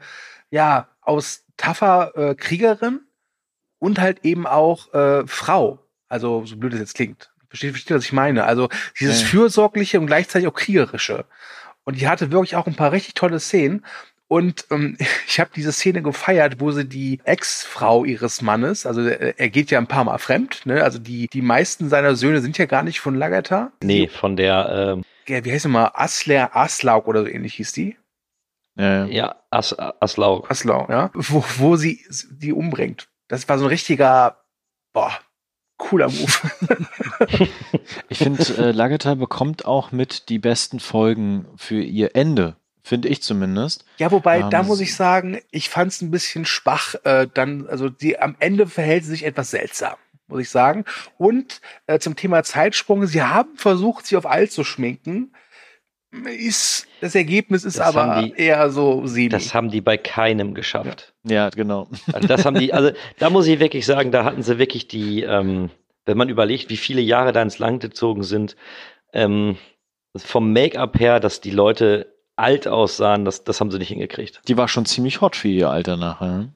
tougher Kriegerin und halt eben auch Frau. Also, so blöd es jetzt klingt. Versteht, was ich meine? Also, dieses Fürsorgliche und gleichzeitig auch Kriegerische. Und die hatte wirklich auch ein paar richtig tolle Szenen. Und ich habe diese Szene gefeiert, wo sie die Ex-Frau ihres Mannes, also er geht ja ein paar Mal fremd, ne? Also die meisten seiner Söhne sind ja gar nicht von Lagertha.
Nee, von der
wie heißt sie mal? Aslaug oder so ähnlich hieß die.
Ja, Aslaug.
Aslaug, ja. Wo sie die umbringt. Das war so ein richtiger, cooler Move.
Ich finde, Lagertha bekommt auch mit die besten Folgen für ihr Ende. Finde ich zumindest.
Ja, wobei, da muss ich sagen, ich fand es ein bisschen schwach. Am Ende verhält sie sich etwas seltsam, muss ich sagen. Und zum Thema Zeitsprung, sie haben versucht, sie auf alt zu schminken. Das Ergebnis ist eher so semi.
Das haben die bei keinem geschafft.
Ja, genau.
Also da muss ich wirklich sagen, da hatten sie wirklich die, wenn man überlegt, wie viele Jahre da ins Land gezogen sind, vom Make-up her, dass die Leute alt aussahen, das haben sie nicht hingekriegt.
Die war schon ziemlich hot für ihr Alter nachher.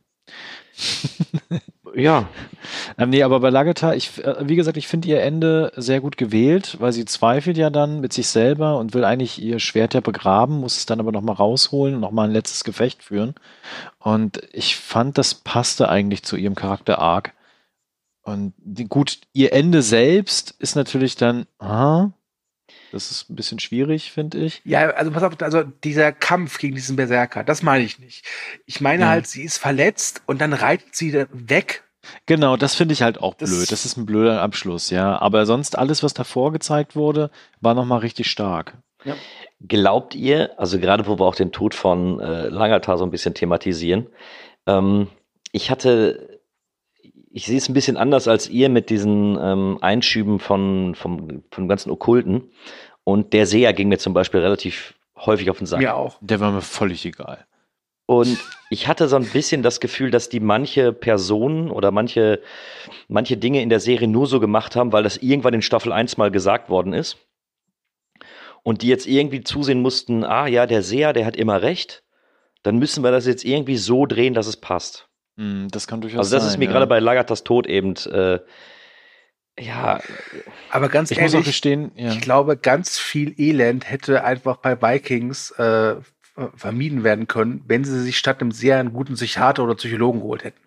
Ja.
Nee, aber bei Lagertha, wie gesagt, ich finde ihr Ende sehr gut gewählt, weil sie zweifelt ja dann mit sich selber und will eigentlich ihr Schwert ja begraben, muss es dann aber nochmal rausholen und nochmal ein letztes Gefecht führen. Und ich fand, das passte eigentlich zu ihrem Charakter-Arc. Und gut, ihr Ende selbst ist natürlich dann, das ist ein bisschen schwierig, finde ich.
Ja, also pass auf, also dieser Kampf gegen diesen Berserker, das meine ich nicht. Ich meine halt, sie ist verletzt und dann reitet sie weg.
Genau, das finde ich halt auch blöd. Das ist ein blöder Abschluss, ja. Aber sonst alles, was davor gezeigt wurde, war nochmal richtig stark.
Ja.
Glaubt ihr, also gerade wo wir auch den Tod von Lagertha so ein bisschen thematisieren, ich sehe es ein bisschen anders als ihr mit diesen Einschüben vom ganzen Okkulten. Und der Seher ging mir zum Beispiel relativ häufig auf den Sack.
Mir auch.
Der war mir völlig egal.
Und ich hatte so ein bisschen das Gefühl, dass die manche Personen oder manche Dinge in der Serie nur so gemacht haben, weil das irgendwann in Staffel 1 mal gesagt worden ist. Und die jetzt irgendwie zusehen mussten, der Seher, der hat immer recht. dann müssen wir das jetzt irgendwie so drehen, dass es passt.
Das kann durchaus
Also das
sein,
ist mir gerade bei Lagatas Tod eben,
Aber ganz
ich
ehrlich,
muss auch gestehen,
ich glaube, ganz viel Elend hätte einfach bei Vikings vermieden werden können, wenn sie sich statt einem sehr guten Psychiater oder Psychologen geholt hätten.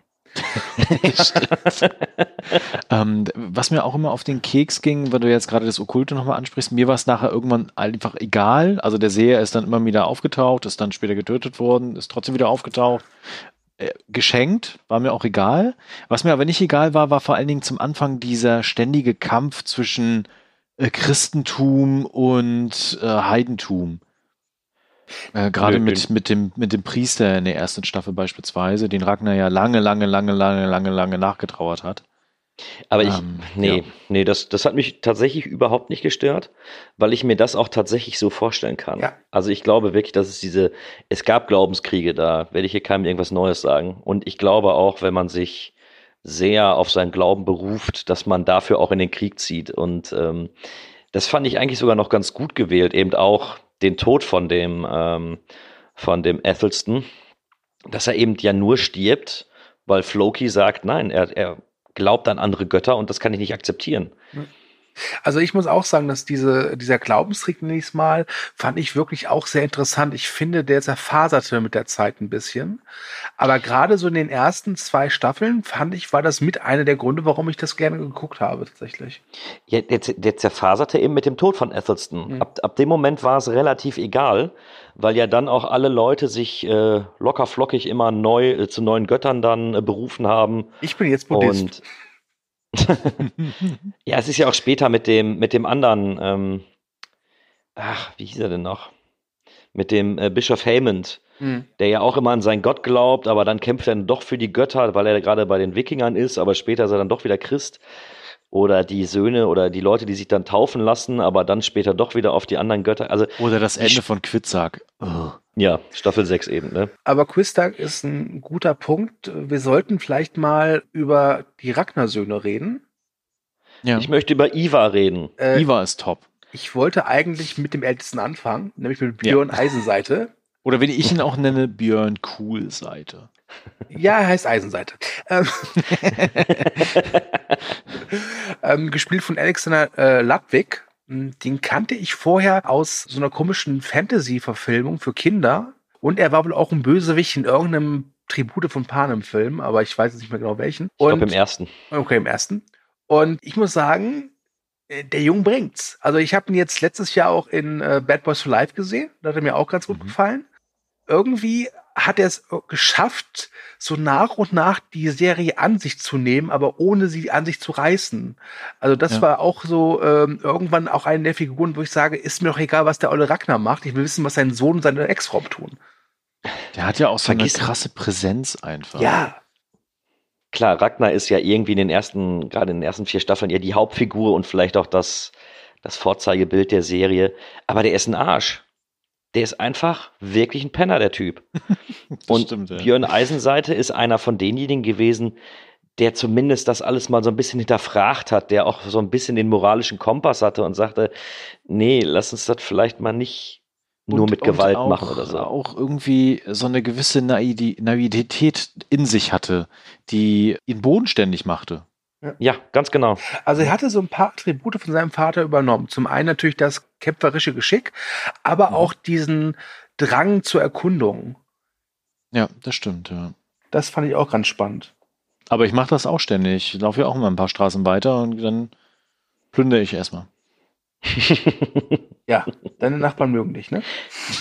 Was mir auch immer auf den Keks ging, weil du jetzt gerade das Okkulte nochmal ansprichst, mir war es nachher irgendwann einfach egal. Also der Seher ist dann immer wieder aufgetaucht, ist dann später getötet worden, ist trotzdem wieder aufgetaucht. Geschenkt, war mir auch egal. Was mir aber nicht egal war, war vor allen Dingen zum Anfang dieser ständige Kampf zwischen Christentum und Heidentum. Gerade mit dem Priester in der ersten Staffel beispielsweise, den Ragnar ja lange nachgetrauert hat.
Aber das hat mich tatsächlich überhaupt nicht gestört, weil ich mir das auch tatsächlich so vorstellen kann.
Ja.
Also ich glaube wirklich, dass es gab Glaubenskriege, da werde ich hier keinem irgendwas Neues sagen. Und ich glaube auch, wenn man sich sehr auf seinen Glauben beruft, dass man dafür auch in den Krieg zieht. Und das fand ich eigentlich sogar noch ganz gut gewählt, eben auch den Tod von dem Athelstan, dass er eben ja nur stirbt, weil Floki sagt, nein, er glaubt an andere Götter und das kann ich nicht akzeptieren.
Also ich muss auch sagen, dass dieser Glaubenstrick nächstes Mal fand ich wirklich auch sehr interessant. Ich finde, der zerfaserte mit der Zeit ein bisschen. Aber gerade so in den ersten 2 Staffeln fand ich, war das mit einer der Gründe, warum ich das gerne geguckt habe, tatsächlich.
Ja, der zerfaserte eben mit dem Tod von Athelstan. Ab dem Moment war es relativ egal, weil ja dann auch alle Leute sich locker flockig immer neu zu neuen Göttern dann berufen haben.
Ich bin jetzt Buddhist.
Ja, es ist ja auch später mit dem anderen, wie hieß er denn noch? Mit dem Bischof Haymond, der ja auch immer an seinen Gott glaubt, aber dann kämpft er dann doch für die Götter, weil er gerade bei den Wikingern ist, aber später ist er dann doch wieder Christ. Oder die Söhne oder die Leute, die sich dann taufen lassen, aber dann später doch wieder auf die anderen Götter. Also
oder das Ende von Quizzack. Oh.
Ja, Staffel 6 eben, ne?
Aber Quiztag ist ein guter Punkt. Wir sollten vielleicht mal über die Ragnar-Söhne reden.
Ja.
Ich möchte über Ivar reden.
Ivar ist top.
Ich wollte eigentlich mit dem Ältesten anfangen, nämlich mit Björn Eisenseite.
Oder wenn ich ihn auch nenne, Björn Cool-Seite.
Ja, er heißt Eisenseite. Gespielt von Alexander Ludwig. Den kannte ich vorher aus so einer komischen Fantasy-Verfilmung für Kinder. Und er war wohl auch ein Bösewicht in irgendeinem Tribute von Panem-Film, aber ich weiß jetzt nicht mehr genau welchen.
Ich glaube im ersten.
Okay, im ersten. Und ich muss sagen, der Junge bringt's. Also ich habe ihn jetzt letztes Jahr auch in Bad Boys for Life gesehen. Da hat er mir auch ganz gut gefallen. Irgendwie hat er es geschafft, so nach und nach die Serie an sich zu nehmen, aber ohne sie an sich zu reißen. Also das war auch so irgendwann auch eine der Figuren, wo ich sage, ist mir doch egal, was der olle Ragnar macht. Ich will wissen, was sein Sohn und seine Ex-Frau tun.
Der hat ja auch so eine krasse Präsenz einfach.
Ja.
Klar, Ragnar ist ja irgendwie gerade in den ersten 4 Staffeln ja die Hauptfigur und vielleicht auch das Vorzeigebild der Serie. Aber der ist ein Arsch. Der ist einfach wirklich ein Penner, der Typ. Und stimmt, ja. Björn Eisenseite ist einer von denjenigen gewesen, der zumindest das alles mal so ein bisschen hinterfragt hat, der auch so ein bisschen den moralischen Kompass hatte und sagte, nee, lass uns das vielleicht mal nicht nur mit Gewalt machen oder so.
Auch irgendwie so eine gewisse Naivität in sich hatte, die ihn bodenständig machte.
Ja, ganz genau.
Also er hatte so ein paar Attribute von seinem Vater übernommen. Zum einen natürlich das kämpferische Geschick, aber auch diesen Drang zur Erkundung.
Ja, das stimmt, ja.
Das fand ich auch ganz spannend.
Aber ich mache das auch ständig. Ich laufe ja auch immer ein paar Straßen weiter und dann plündere ich erstmal.
Ja, deine Nachbarn mögen dich, ne?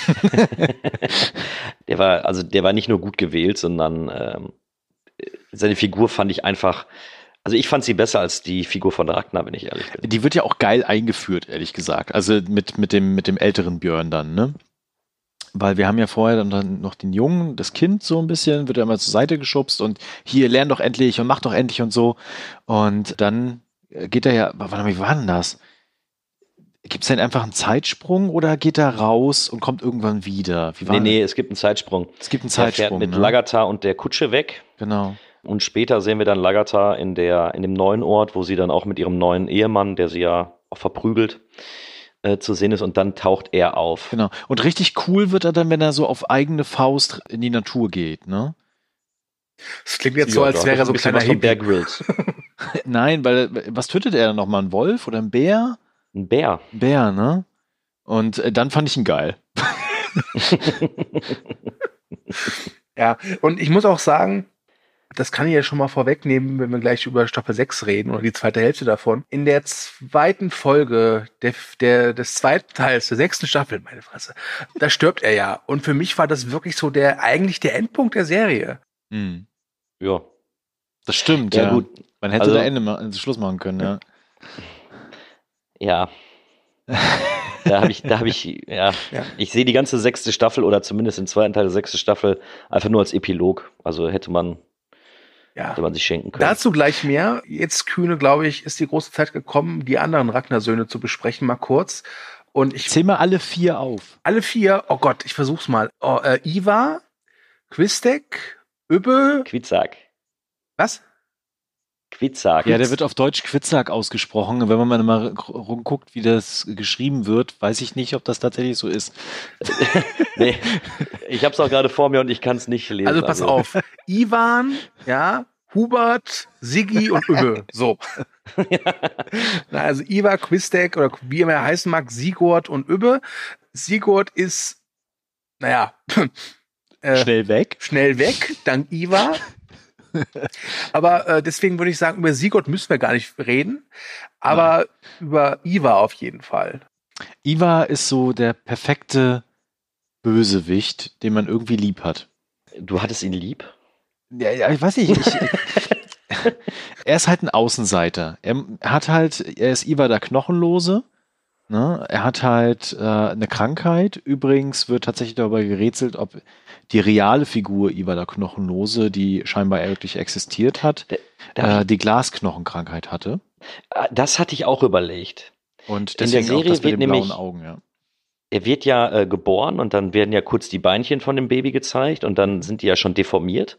Der war nicht nur gut gewählt, sondern seine Figur fand ich einfach. Also ich fand sie besser als die Figur von Ragnar, wenn ich ehrlich bin.
Die wird ja auch geil eingeführt, ehrlich gesagt. Also mit dem älteren Björn dann, ne? Weil wir haben ja vorher dann noch den Jungen, das Kind so ein bisschen, wird ja immer zur Seite geschubst und hier, lern doch endlich und mach doch endlich und so. Und dann geht er ja, warte mal, wie war denn das? Gibt es denn einfach einen Zeitsprung oder geht er raus und kommt irgendwann wieder?
Nee, es gibt einen Zeitsprung.
Es gibt einen Zeitsprung.
Er fährt mit Lagatar und der Kutsche weg.
Genau.
Und später sehen wir dann Lagatar in dem neuen Ort, wo sie dann auch mit ihrem neuen Ehemann, der sie ja auch verprügelt, zu sehen ist und dann taucht er auf.
Genau. Und richtig cool wird er dann, wenn er so auf eigene Faust in die Natur geht, ne?
Das klingt jetzt so, als wäre er so ein kleiner
was von Bear
Hippie.
Grylls.
Nein, weil, was tötet er nochmal? Ein Wolf oder ein Bär?
Ein Bär.
Ein Bär, ne? Und dann fand ich ihn geil.
Ja, und ich muss auch sagen, das kann ich ja schon mal vorwegnehmen, wenn wir gleich über Staffel 6 reden oder die zweite Hälfte davon. In der zweiten Folge des zweiten Teils der 6. Staffel, meine Fresse, da stirbt er ja. Und für mich war das wirklich so eigentlich der Endpunkt der Serie.
Hm.
Ja.
Das stimmt,
Ja,
ja.
gut.
Man hätte
Also-
da Schluss machen können, ja.
Ja. Da habe ich, ja.
Ja.
Ich sehe die ganze 6. Staffel oder zumindest den zweiten Teil der 6. Staffel einfach nur als Epilog. Also hätte man
Ja.
sich schenken können.
Dazu gleich mehr. Jetzt, Kühne, glaube ich, ist die große Zeit gekommen, die anderen Ragnar-Söhne zu besprechen, mal kurz. Und ich
Zähl mal alle 4 auf.
alle 4, oh Gott, ich versuch's mal. Ivar, Quistek, Übbe,
Quizak.
was?
Quizak.
Ja, der wird auf Deutsch Quitzak ausgesprochen. Wenn man mal rumguckt, wie das geschrieben wird, weiß ich nicht, ob das tatsächlich so ist.
Nee, ich habe es auch gerade vor mir und ich kann es nicht lesen.
Also pass auf. Ivan, ja, Hubert, Siggi und Übbe. So. Na, also Ivar, Quistek oder wie immer er heißen mag, Sigurd und Übbe. Sigurd ist, naja,
Schnell weg.
schnell weg, dank Ivar. Aber deswegen würde ich sagen, über Sigurd müssen wir gar nicht reden, aber über Ivar auf jeden Fall.
Ivar ist so der perfekte Bösewicht, den man irgendwie lieb hat.
Du hattest ihn lieb?
Ja, ich weiß nicht. Er ist halt ein Außenseiter. Er ist Ivar der Knochenlose. Ne? Er hat halt eine Krankheit. Übrigens wird tatsächlich darüber gerätselt, ob die reale Figur Ivar der Knochenlose, die scheinbar wirklich existiert hat, die Glasknochenkrankheit hatte.
Das hatte ich auch überlegt.
Und
In der
deswegen auch
Serie
das mit
wird
den blauen
nämlich-
Augen, ja.
Er wird ja geboren und dann werden ja kurz die Beinchen von dem Baby gezeigt und dann sind die ja schon deformiert.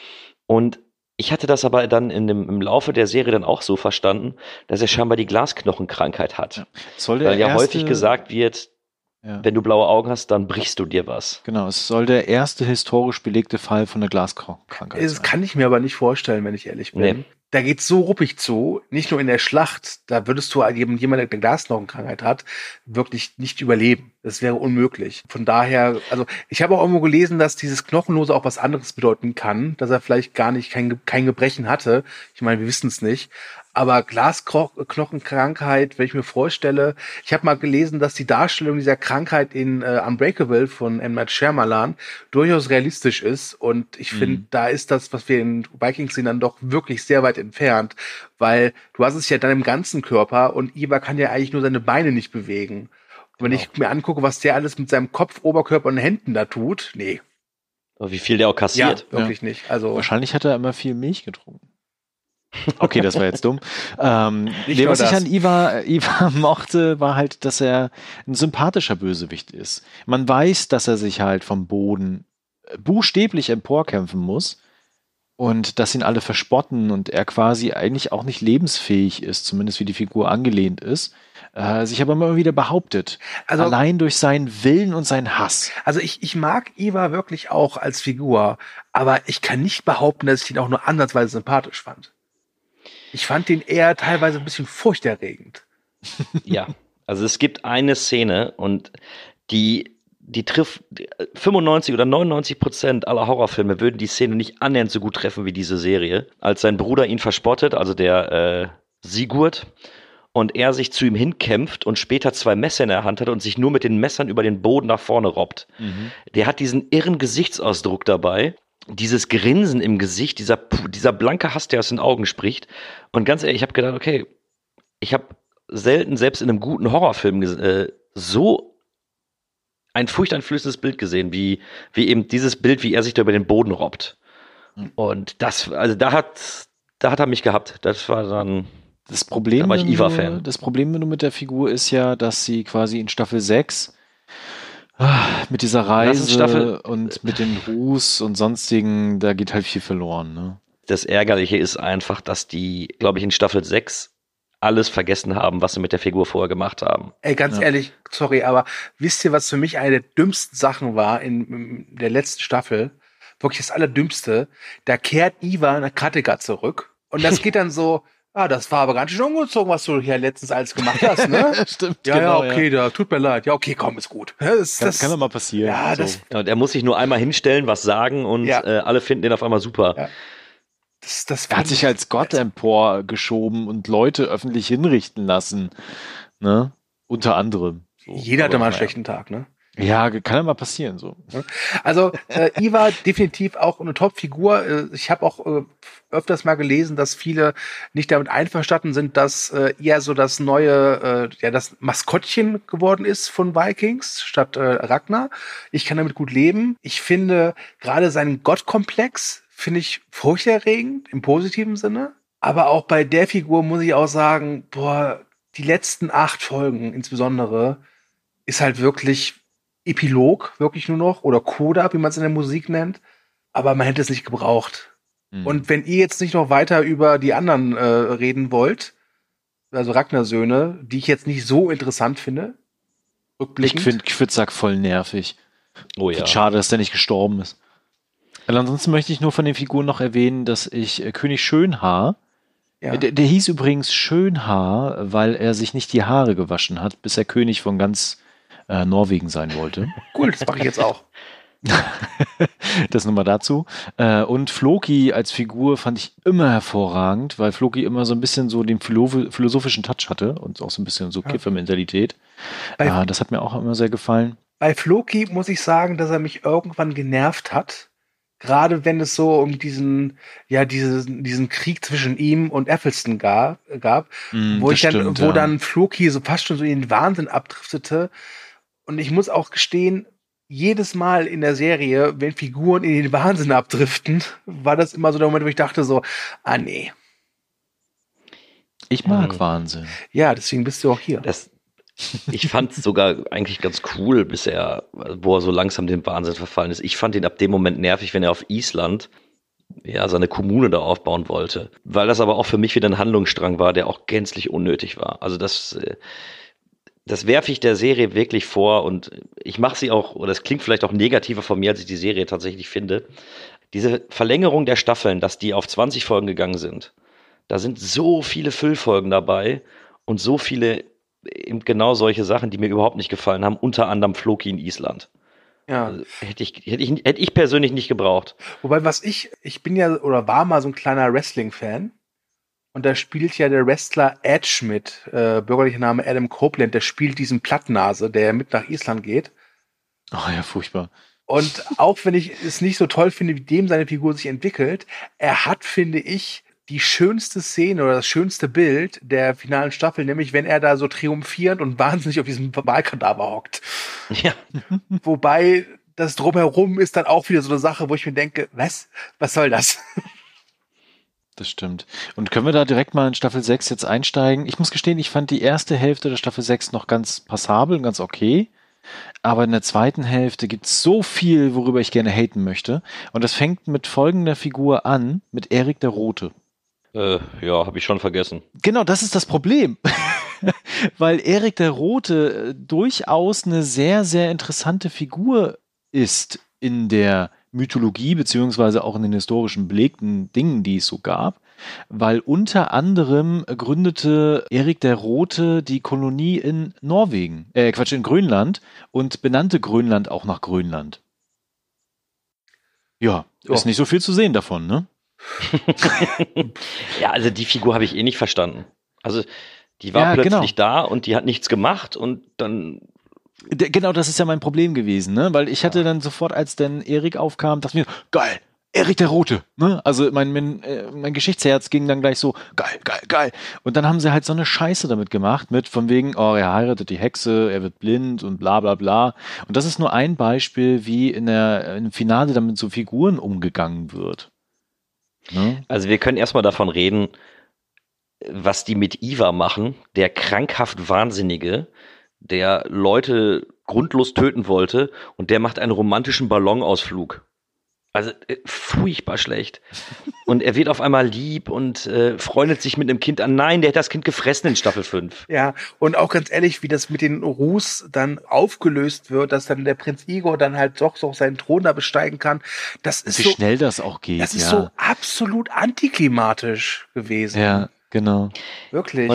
Und ich hatte das aber dann im Laufe der Serie dann auch so verstanden, dass er scheinbar die Glasknochenkrankheit hat.
Ja. Soll der
Weil ja
erste-
häufig gesagt wird,
Ja.
wenn du blaue Augen hast, dann brichst du dir was.
Genau, es soll der erste historisch belegte Fall von der Glasknochenkrankheit
Das
sein.
kann ich mir aber nicht vorstellen, wenn ich ehrlich bin.
Nee.
Da geht's so ruppig zu, nicht nur in der Schlacht, da würdest du jemand, der eine Glasknochenkrankheit hat, wirklich nicht überleben. Das wäre unmöglich. Von daher, also ich habe auch irgendwo gelesen, dass dieses Knochenlose auch was anderes bedeuten kann, dass er vielleicht gar nicht kein Gebrechen hatte. Ich meine, wir wissen es nicht. Aber Glasknochenkrankheit, wenn ich mir vorstelle, ich habe mal gelesen, dass die Darstellung dieser Krankheit in Unbreakable von M. Night Shyamalan durchaus realistisch ist. Und ich finde, da ist das, was wir in Vikings sehen, dann doch wirklich sehr weit entfernt. Weil du hast es ja dann im ganzen Körper und Ivar kann ja eigentlich nur seine Beine nicht bewegen. Und wenn ich mir angucke, was der alles mit seinem Kopf, Oberkörper und Händen da tut, nee.
Aber wie viel der auch kassiert.
Ja, wirklich nicht. Also
Wahrscheinlich hat er immer viel Milch getrunken. Okay, das war jetzt dumm.
Nicht nur
was ich
das.
an Ivar mochte, war halt, dass er ein sympathischer Bösewicht ist. Man weiß, dass er sich halt vom Boden buchstäblich emporkämpfen muss und dass ihn alle verspotten und er quasi eigentlich auch nicht lebensfähig ist, zumindest wie die Figur angelehnt ist, sich aber immer wieder behauptet.
Also-
Allein durch seinen Willen und seinen Hass.
Also ich mag Ivar wirklich auch als Figur, aber ich kann nicht behaupten, dass ich ihn auch nur ansatzweise sympathisch fand. Ich fand den eher teilweise ein bisschen furchterregend.
Ja, also es gibt eine Szene und die trifft 95 oder 99% aller Horrorfilme würden die Szene nicht annähernd so gut treffen wie diese Serie, als sein Bruder ihn verspottet, also der Sigurd, und er sich zu ihm hinkämpft und später 2 Messer in der Hand hat und sich nur mit den Messern über den Boden nach vorne robbt. Der hat diesen irren Gesichtsausdruck dabei, dieses Grinsen im Gesicht, dieser blanke Hass, der aus den Augen spricht. Und ganz ehrlich, ich habe gedacht, okay, ich habe selten, selbst in einem guten Horrorfilm, so ein furchteinflößendes Bild gesehen, wie eben dieses Bild, wie er sich da über den Boden robbt. Und das, also da hat er mich gehabt. Das war dann...
Das Problem,
Da war ich Ivar-Fan.
Das Problem nur mit der Figur ist ja, dass sie quasi in Staffel 6 mit dieser Reise und mit den Ruß und sonstigen, da geht halt viel verloren. Ne?
Das Ärgerliche ist einfach, dass die, glaube ich, in Staffel 6 alles vergessen haben, was sie mit der Figur vorher gemacht haben.
Ey, ganz ehrlich, sorry, aber wisst ihr, was für mich eine der dümmsten Sachen war in der letzten Staffel? Wirklich das Allerdümmste. Da kehrt Iva nach Kattegat zurück und das geht dann so, das war aber ganz schön ungezogen, was du hier letztens alles gemacht hast, ne?
Stimmt,
ja,
genau,
okay, da tut mir leid. Ja, okay, komm, ist gut. Das
kann doch mal passieren.
Ja,
so.
Ja, der muss sich nur einmal hinstellen, was sagen und alle finden den auf einmal super.
Ja.
Er hat sich als Gott emporgeschoben und Leute öffentlich hinrichten lassen. Ne? Unter anderem. So.
Jeder hatte mal einen schlechten Tag, ne?
Ja, kann ja mal passieren. So.
Also Iva definitiv auch eine Top-Figur. Ich habe auch öfters mal gelesen, dass viele nicht damit einverstanden sind, dass ihr so das neue, das Maskottchen geworden ist von Vikings statt Ragnar. Ich kann damit gut leben. Ich finde gerade seinen Gottkomplex finde ich furchterregend im positiven Sinne. Aber auch bei der Figur muss ich auch sagen, die letzten 8 Folgen insbesondere ist halt wirklich Epilog, wirklich nur noch, oder Coda, wie man es in der Musik nennt. Aber man hätte es nicht gebraucht. Mhm. Und wenn ihr jetzt nicht noch weiter über die anderen reden wollt, also Ragnar-Söhne, die ich jetzt nicht so interessant finde, rückblickend.
Ich finde Zack voll nervig.
Oh ja.
Schade, dass der nicht gestorben ist. Und ansonsten möchte ich nur von den Figuren noch erwähnen, dass ich König Schönhaar, der hieß übrigens Schönhaar, weil er sich nicht die Haare gewaschen hat, bis er König von ganz Norwegen sein wollte.
Cool, das mache ich jetzt auch.
Das nochmal dazu. Und Floki als Figur fand ich immer hervorragend, weil Floki immer so ein bisschen so den philosophischen Touch hatte und auch so ein bisschen so Kiffermentalität. Das hat mir auch immer sehr gefallen.
Bei Floki muss ich sagen, dass er mich irgendwann genervt hat. Gerade wenn es so um diesen Krieg zwischen ihm und Eccleston gab, wo dann Floki so fast schon so in den Wahnsinn abdriftete. Und ich muss auch gestehen, jedes Mal in der Serie, wenn Figuren in den Wahnsinn abdriften, war das immer so der Moment, wo ich dachte so, nee.
Ich mag Wahnsinn.
Ja, deswegen bist du auch hier.
Ich fand es sogar eigentlich ganz cool, wo er so langsam dem Wahnsinn verfallen ist. Ich fand ihn ab dem Moment nervig, wenn er auf Island seine Kommune da aufbauen wollte. Weil das aber auch für mich wieder ein Handlungsstrang war, der auch gänzlich unnötig war. Also das werfe ich der Serie wirklich vor und ich mache sie auch, oder es klingt vielleicht auch negativer von mir, als ich die Serie tatsächlich finde. Diese Verlängerung der Staffeln, dass die auf 20 Folgen gegangen sind, da sind so viele Füllfolgen dabei und so viele eben genau solche Sachen, die mir überhaupt nicht gefallen haben, unter anderem Floki in Island.
Ja.
Also hätte ich persönlich nicht gebraucht.
Wobei, ich bin ja oder war mal so ein kleiner Wrestling-Fan und da spielt ja der Wrestler Edge mit, bürgerlicher Name Adam Copeland, der spielt diesen Plattnase, der mit nach Island geht.
Oh ja, furchtbar.
Und auch wenn ich es nicht so toll finde, wie dem seine Figur sich entwickelt, er hat, finde ich, die schönste Szene oder das schönste Bild der finalen Staffel, nämlich wenn er da so triumphierend und wahnsinnig auf diesem Wahlkadaver hockt.
Ja.
Wobei das Drumherum ist dann auch wieder so eine Sache, wo ich mir denke, was soll das?
Das stimmt. Und können wir da direkt mal in Staffel 6 jetzt einsteigen? Ich muss gestehen, ich fand die erste Hälfte der Staffel 6 noch ganz passabel und ganz okay. Aber in der zweiten Hälfte gibt es so viel, worüber ich gerne haten möchte. Und das fängt mit folgender Figur an, mit Erik der Rote.
Ja, habe ich schon vergessen.
Genau, das ist das Problem. Weil Erik der Rote durchaus eine sehr, sehr interessante Figur ist in der Mythologie, beziehungsweise auch in den historischen belegten Dingen, die es so gab. Weil unter anderem gründete Erik der Rote die Kolonie in in Grönland und benannte Grönland auch nach Grönland. Ja, ist nicht so viel zu sehen davon, ne?
Ja, also die Figur habe ich nicht verstanden. Also die war plötzlich da und die hat nichts gemacht und dann...
Genau, das ist ja mein Problem gewesen, ne? Weil ich hatte dann sofort, als dann Erik aufkam, dachte ich mir, geil, Erik der Rote, ne? Also mein Geschichtsherz ging dann gleich so, geil. Und dann haben sie halt so eine Scheiße damit gemacht, mit von wegen, er heiratet die Hexe, er wird blind und bla bla bla. Und das ist nur ein Beispiel, wie im Finale damit so Figuren umgegangen wird. Ne?
Also wir können erstmal davon reden, was die mit Iva machen, der krankhaft Wahnsinnige, der Leute grundlos töten wollte und der macht einen romantischen Ballonausflug. Also furchtbar schlecht. Und er wird auf einmal lieb und freundet sich mit einem Kind an. Nein, der hat das Kind gefressen in Staffel 5.
Ja, und auch ganz ehrlich, wie das mit den Rus dann aufgelöst wird, dass dann der Prinz Igor dann halt doch so seinen Thron da besteigen kann. Das ist
Wie
so
schnell das auch geht.
Das ist so absolut antiklimatisch gewesen.
Ja, genau.
Wirklich.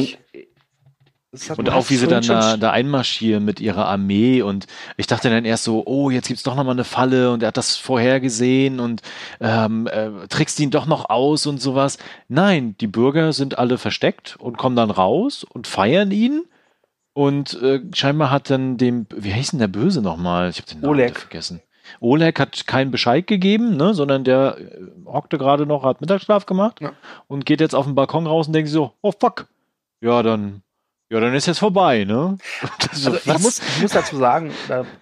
Und auch wie sie dann da einmarschieren mit ihrer Armee und ich dachte dann erst so, oh, jetzt gibt's doch nochmal eine Falle und er hat das vorhergesehen und trickst ihn doch noch aus und sowas. Nein, die Bürger sind alle versteckt und kommen dann raus und feiern ihn und scheinbar hat dann wie hieß denn der Böse nochmal? Ich habe den Namen
Oleg
vergessen. Oleg hat keinen Bescheid gegeben, ne, sondern der hockte gerade noch, hat Mittagsschlaf gemacht und geht jetzt auf den Balkon raus und denkt sich so, oh fuck, ja, dann ist jetzt vorbei, ne?
Also ich muss dazu sagen,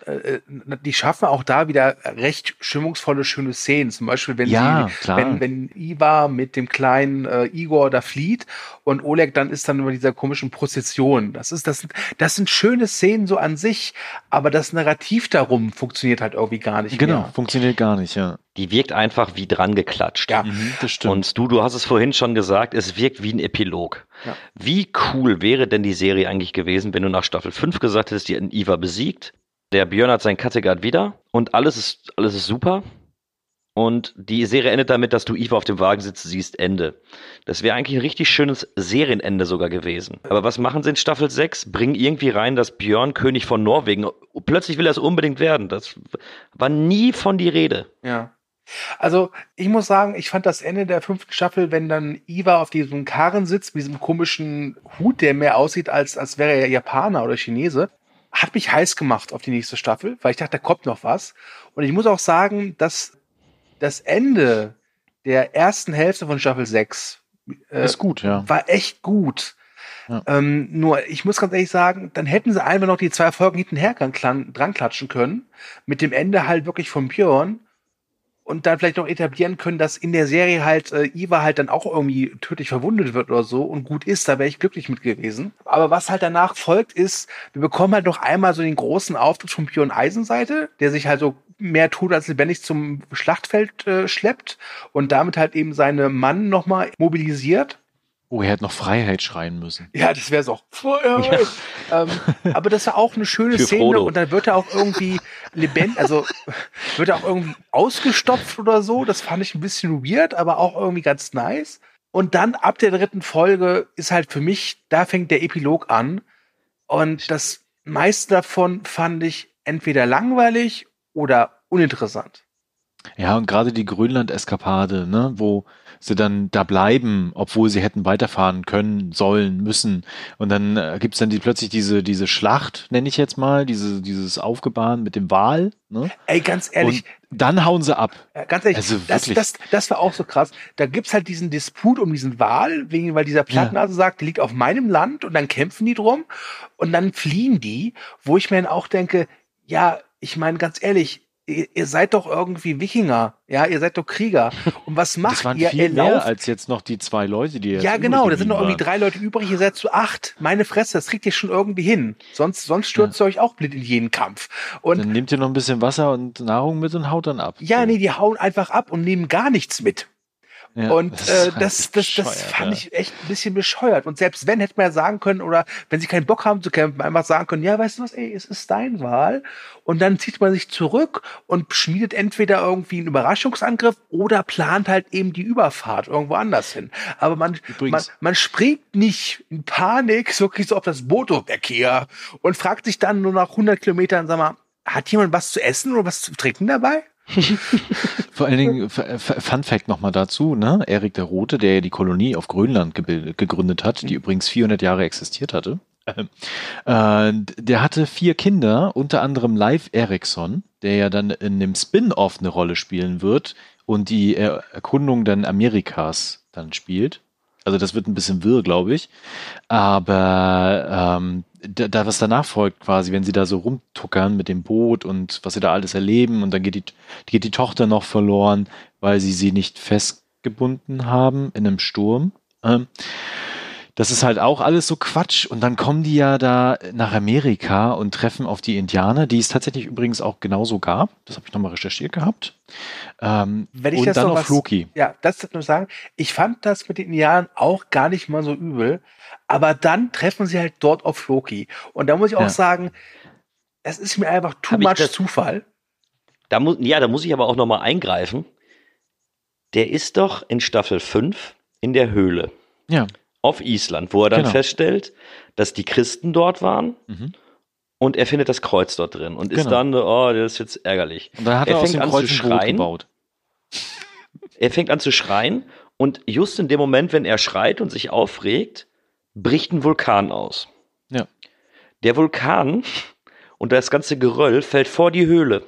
die schaffen auch da wieder recht stimmungsvolle, schöne Szenen. Zum Beispiel, wenn Ivar mit dem kleinen Igor da flieht und Oleg dann ist dann über dieser komischen Prozession. Das sind schöne Szenen so an sich, aber das Narrativ darum funktioniert halt irgendwie gar nicht mehr.
Genau, funktioniert gar nicht, ja.
Die wirkt einfach wie dran geklatscht.
Ja,
das stimmt.
Und du hast es vorhin schon gesagt, es wirkt wie ein Epilog. Ja. Wie cool wäre denn die Serie eigentlich gewesen, wenn du nach Staffel 5 gesagt hättest, die hat Ivar besiegt, der Björn hat seinen Kattegat wieder und alles ist super. Und die Serie endet damit, dass du Ivar auf dem Wagen sitzt, siehst Ende. Das wäre eigentlich ein richtig schönes Serienende sogar gewesen. Aber was machen sie in Staffel 6? Bringen irgendwie rein, dass Björn König von Norwegen, plötzlich will er es unbedingt werden. Das war nie von die Rede.
Ja. Also, ich muss sagen, ich fand das Ende der 5. Staffel, wenn dann Ivar auf diesem Karren sitzt, mit diesem komischen Hut, der mehr aussieht, als wäre er Japaner oder Chinese, hat mich heiß gemacht auf die nächste Staffel, weil ich dachte, da kommt noch was. Und ich muss auch sagen, dass das Ende der ersten Hälfte von Staffel 6
ist gut, ja.
War echt gut. Ja. Nur, ich muss ganz ehrlich sagen, dann hätten sie einfach noch die 2 Folgen hintenher dran klatschen können, mit dem Ende halt wirklich von Björn. Und dann vielleicht noch etablieren können, dass in der Serie halt Ivar halt dann auch irgendwie tödlich verwundet wird oder so und gut ist, da wäre ich glücklich mit gewesen. Aber was halt danach folgt ist, wir bekommen halt noch einmal so den großen Auftritt von Björn Eisenseite, der sich halt so mehr tut als lebendig zum Schlachtfeld schleppt und damit halt eben seine Mann nochmal mobilisiert.
Oh, er hätte noch Freiheit schreien müssen.
Ja, das wäre so. Freiheit. Ja. Aber das war auch eine schöne Szene Frodo. Und dann wird er auch irgendwie lebendig, also wird er auch irgendwie ausgestopft oder so. Das fand ich ein bisschen weird, aber auch irgendwie ganz nice. Und dann ab der 3. Folge ist halt für mich, da fängt der Epilog an. Und das meiste davon fand ich entweder langweilig oder uninteressant.
Ja, und gerade die Grönland-Eskapade, ne, wo sie dann da bleiben, obwohl sie hätten weiterfahren können, sollen, müssen. Und dann gibt's dann plötzlich diese Schlacht, nenne ich jetzt mal, dieses Aufgebahn mit dem Wal. Ne?
Ey, ganz ehrlich.
Und dann hauen sie ab.
Ja, ganz ehrlich,
also
das war auch so krass. Da gibt's halt diesen Disput um diesen Wal, weil dieser Plattnase sagt, die liegt auf meinem Land und dann kämpfen die drum und dann fliehen die, wo ich mir dann auch denke, ja, ich meine, ganz ehrlich, ihr seid doch irgendwie Wikinger, ja, ihr seid doch Krieger. Und was macht
das waren
ihr?
Viel mehr als jetzt noch die 2 Leute, die jetzt
ja, genau, da sind noch irgendwie 3 Leute übrig, ihr seid zu 8. Meine Fresse, das kriegt ihr schon irgendwie hin. Sonst stürzt ihr euch auch blind in jeden Kampf. Und
dann nehmt ihr noch ein bisschen Wasser und Nahrung mit und haut dann ab.
Ja, nee, die hauen einfach ab und nehmen gar nichts mit. Ja, und das fand ich echt ein bisschen bescheuert. Und selbst wenn, hätte man ja sagen können, oder wenn sie keinen Bock haben zu kämpfen, einfach sagen können, ja, weißt du was, ey, es ist dein Wal. Und dann zieht man sich zurück und schmiedet entweder irgendwie einen Überraschungsangriff oder plant halt eben die Überfahrt irgendwo anders hin. Aber man springt nicht in Panik, wirklich so auf das Bootverkehr und fragt sich dann nur nach 100 Kilometern, sag mal, hat jemand was zu essen oder was zu trinken dabei?
Vor allen Dingen, Fun Fact nochmal dazu, ne? Erik der Rote, der ja die Kolonie auf Grönland gegründet hat, die übrigens 400 Jahre existiert hatte, der hatte 4 Kinder, unter anderem Leif Erikson, der ja dann in dem Spin-Off eine Rolle spielen wird und die Erkundung dann Amerikas dann spielt. Also das wird ein bisschen wirr, glaube ich. Aber was danach folgt quasi, wenn sie da so rumtuckern mit dem Boot und was sie da alles erleben und dann geht die Tochter noch verloren, weil sie nicht festgebunden haben in einem Sturm. das ist halt auch alles so Quatsch. Und dann kommen die ja da nach Amerika und treffen auf die Indianer, die es tatsächlich übrigens auch genauso gab. Das habe ich nochmal recherchiert gehabt.
Wenn ich
und
das
dann
noch
auf Loki.
Ja, das muss ich sagen. Ich fand das mit den Indianern auch gar nicht mal so übel. Aber dann treffen sie halt dort auf Loki. Und da muss ich auch sagen, es ist mir einfach too much Zufall.
Da muss ich aber auch nochmal eingreifen. Der ist doch in Staffel 5 in der Höhle.
Ja.
Auf Island, wo er dann feststellt, dass die Christen dort waren und er findet das Kreuz dort drin und ist dann, das ist jetzt ärgerlich.
Und dann hat er aus dem Kreuz ein Boot gebaut.
Er fängt an zu schreien und just in dem Moment, wenn er schreit und sich aufregt, bricht ein Vulkan aus.
Ja.
Der Vulkan und das ganze Geröll fällt vor die Höhle.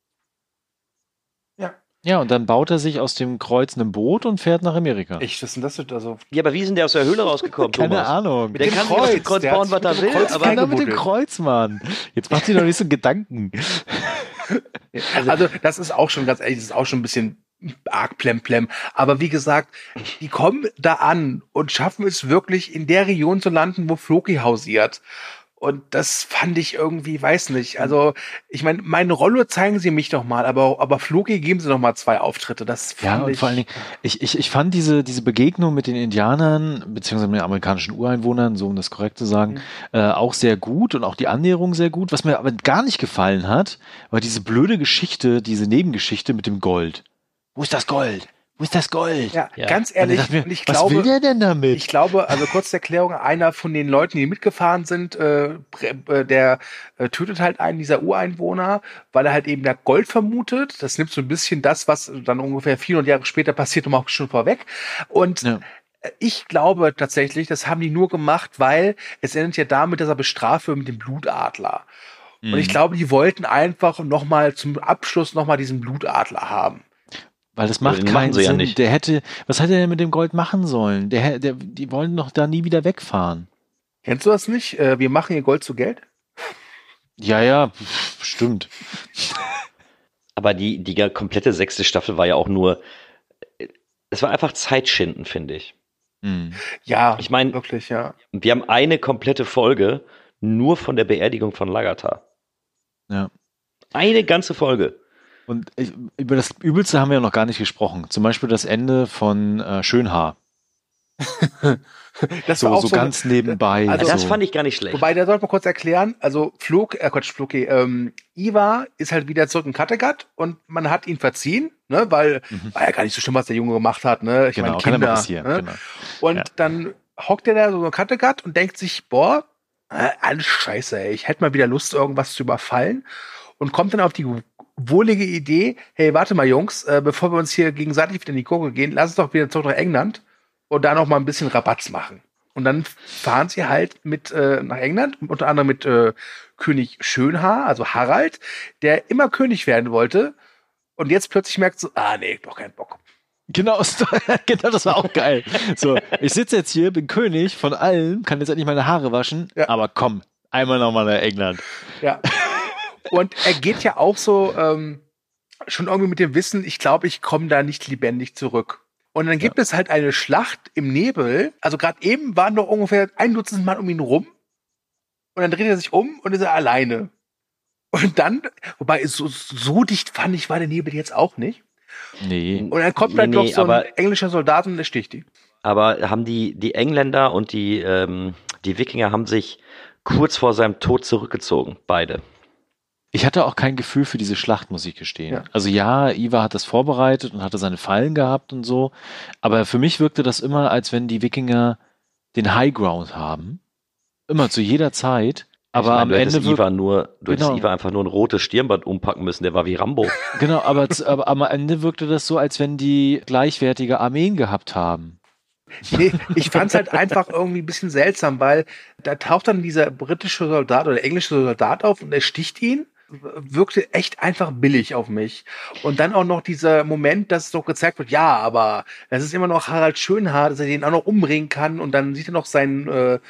Ja, und dann baut er sich aus dem Kreuz ein Boot und fährt nach Amerika.
Was ist denn das also?
Ja, aber wie ist denn der aus der Höhle rausgekommen,
Keine
Thomas?
Ahnung.
Der kann sich aus dem Kreuz bauen, was er will, aber
genau mit dem Kreuz, Mann. Jetzt macht sich doch nicht so Gedanken.
Also, das ist auch schon ganz ehrlich, das ist auch schon ein bisschen arg plemplem. Aber wie gesagt, die kommen da an und schaffen es wirklich in der Region zu landen, wo Floki hausiert. Und das fand ich irgendwie, weiß nicht. Also, ich meine, meine Rolle zeigen sie mich doch mal, aber Floki geben sie noch mal 2 Auftritte. Das fand ich.
Vor allen Dingen, ich fand diese Begegnung mit den Indianern, beziehungsweise mit den amerikanischen Ureinwohnern, so um das korrekt zu sagen, auch sehr gut und auch die Annäherung sehr gut. Was mir aber gar nicht gefallen hat, war diese blöde Geschichte, diese Nebengeschichte mit dem Gold. Wo ist das Gold? Wo ist das Gold?
Ja, ganz ehrlich,
mir,
und ich
was
glaube,
will der denn damit?
Ich glaube, also kurz zur Erklärung, einer von den Leuten, die mitgefahren sind, der tötet halt einen dieser Ureinwohner, weil er halt eben da Gold vermutet. Das nimmt so ein bisschen das, was dann ungefähr 400 Jahre später passiert, nochmal schon vorweg. Und ich glaube tatsächlich, das haben die nur gemacht, weil es endet ja damit, dass er bestraft wird mit dem Blutadler. Und ich glaube, die wollten einfach nochmal zum Abschluss nochmal diesen Blutadler haben.
Weil das macht keinen Sinn. Ja, der hätte, was hätte er denn mit dem Gold machen sollen? Die wollen doch da nie wieder wegfahren.
Kennst du das nicht? Wir machen hier Gold zu Geld?
Ja, stimmt.
Aber die komplette 6. Staffel war ja auch nur, es war einfach Zeitschinden, finde ich.
Ja,
ich meine,
wirklich, ja.
Wir haben eine komplette Folge nur von der Beerdigung von Lagatar.
Ja.
Eine ganze Folge.
Und über das Übelste haben wir ja noch gar nicht gesprochen. Zum Beispiel das Ende von Schönhaar.
Das
so,
war auch
so ganz nebenbei.
Also,
das fand ich gar nicht schlecht.
Wobei, da sollte man kurz erklären, also Ivar ist halt wieder zurück in Kattegat und man hat ihn verziehen, ne, weil war ja gar nicht so schlimm, was der Junge gemacht hat, ne? Ich meine, Kinder, kann ja passieren, ne? Genau. Und dann hockt er da so in Kattegat und denkt sich, boah, alles scheiße, ey, ich hätte mal wieder Lust, irgendwas zu überfallen und kommt dann auf die wohlige Idee, hey, warte mal, Jungs, bevor wir uns hier gegenseitig wieder in die Kurve gehen, lass uns doch wieder zurück nach England und da noch mal ein bisschen Rabatz machen. Und dann fahren sie halt mit nach England, unter anderem mit König Schönhaar, also Harald, der immer König werden wollte und jetzt plötzlich merkt so, nee, doch keinen Bock.
Genau, das war auch geil. So, ich sitze jetzt hier, bin König von allem, kann jetzt endlich meine Haare waschen, aber komm, einmal nochmal nach England.
Ja. Und er geht ja auch so schon irgendwie mit dem Wissen, ich glaube, ich komme da nicht lebendig zurück. Und dann gibt es halt eine Schlacht im Nebel. Also gerade eben waren noch ungefähr 1 Dutzend Mann um ihn rum. Und dann dreht er sich um und ist er alleine. Und dann, wobei so dicht fand ich, war der Nebel jetzt auch nicht.
Nee.
Und dann kommt halt noch so ein englischer Soldat und der sticht ihn.
Aber haben die Engländer und die Wikinger haben sich kurz vor seinem Tod zurückgezogen, beide.
Ich hatte auch kein Gefühl für diese Schlacht, muss ich gestehen. Ja. Also ja, Ivar hat das vorbereitet und hatte seine Fallen gehabt und so. Aber für mich wirkte das immer, als wenn die Wikinger den High Ground haben. Immer zu jeder Zeit. Aber am Ende
hättest Ivar einfach nur ein rotes Stirnband umpacken müssen. Der war wie Rambo.
Genau, aber am Ende wirkte das so, als wenn die gleichwertige Armeen gehabt haben.
Nee, ich fand es halt einfach irgendwie ein bisschen seltsam, weil da taucht dann dieser britische Soldat oder englische Soldat auf und er sticht ihn. Wirkte echt einfach billig auf mich. Und dann auch noch dieser Moment, dass doch gezeigt wird, ja, aber das ist immer noch Harald Schönhaar, dass er den auch noch umbringen kann. Und dann sieht er noch seinen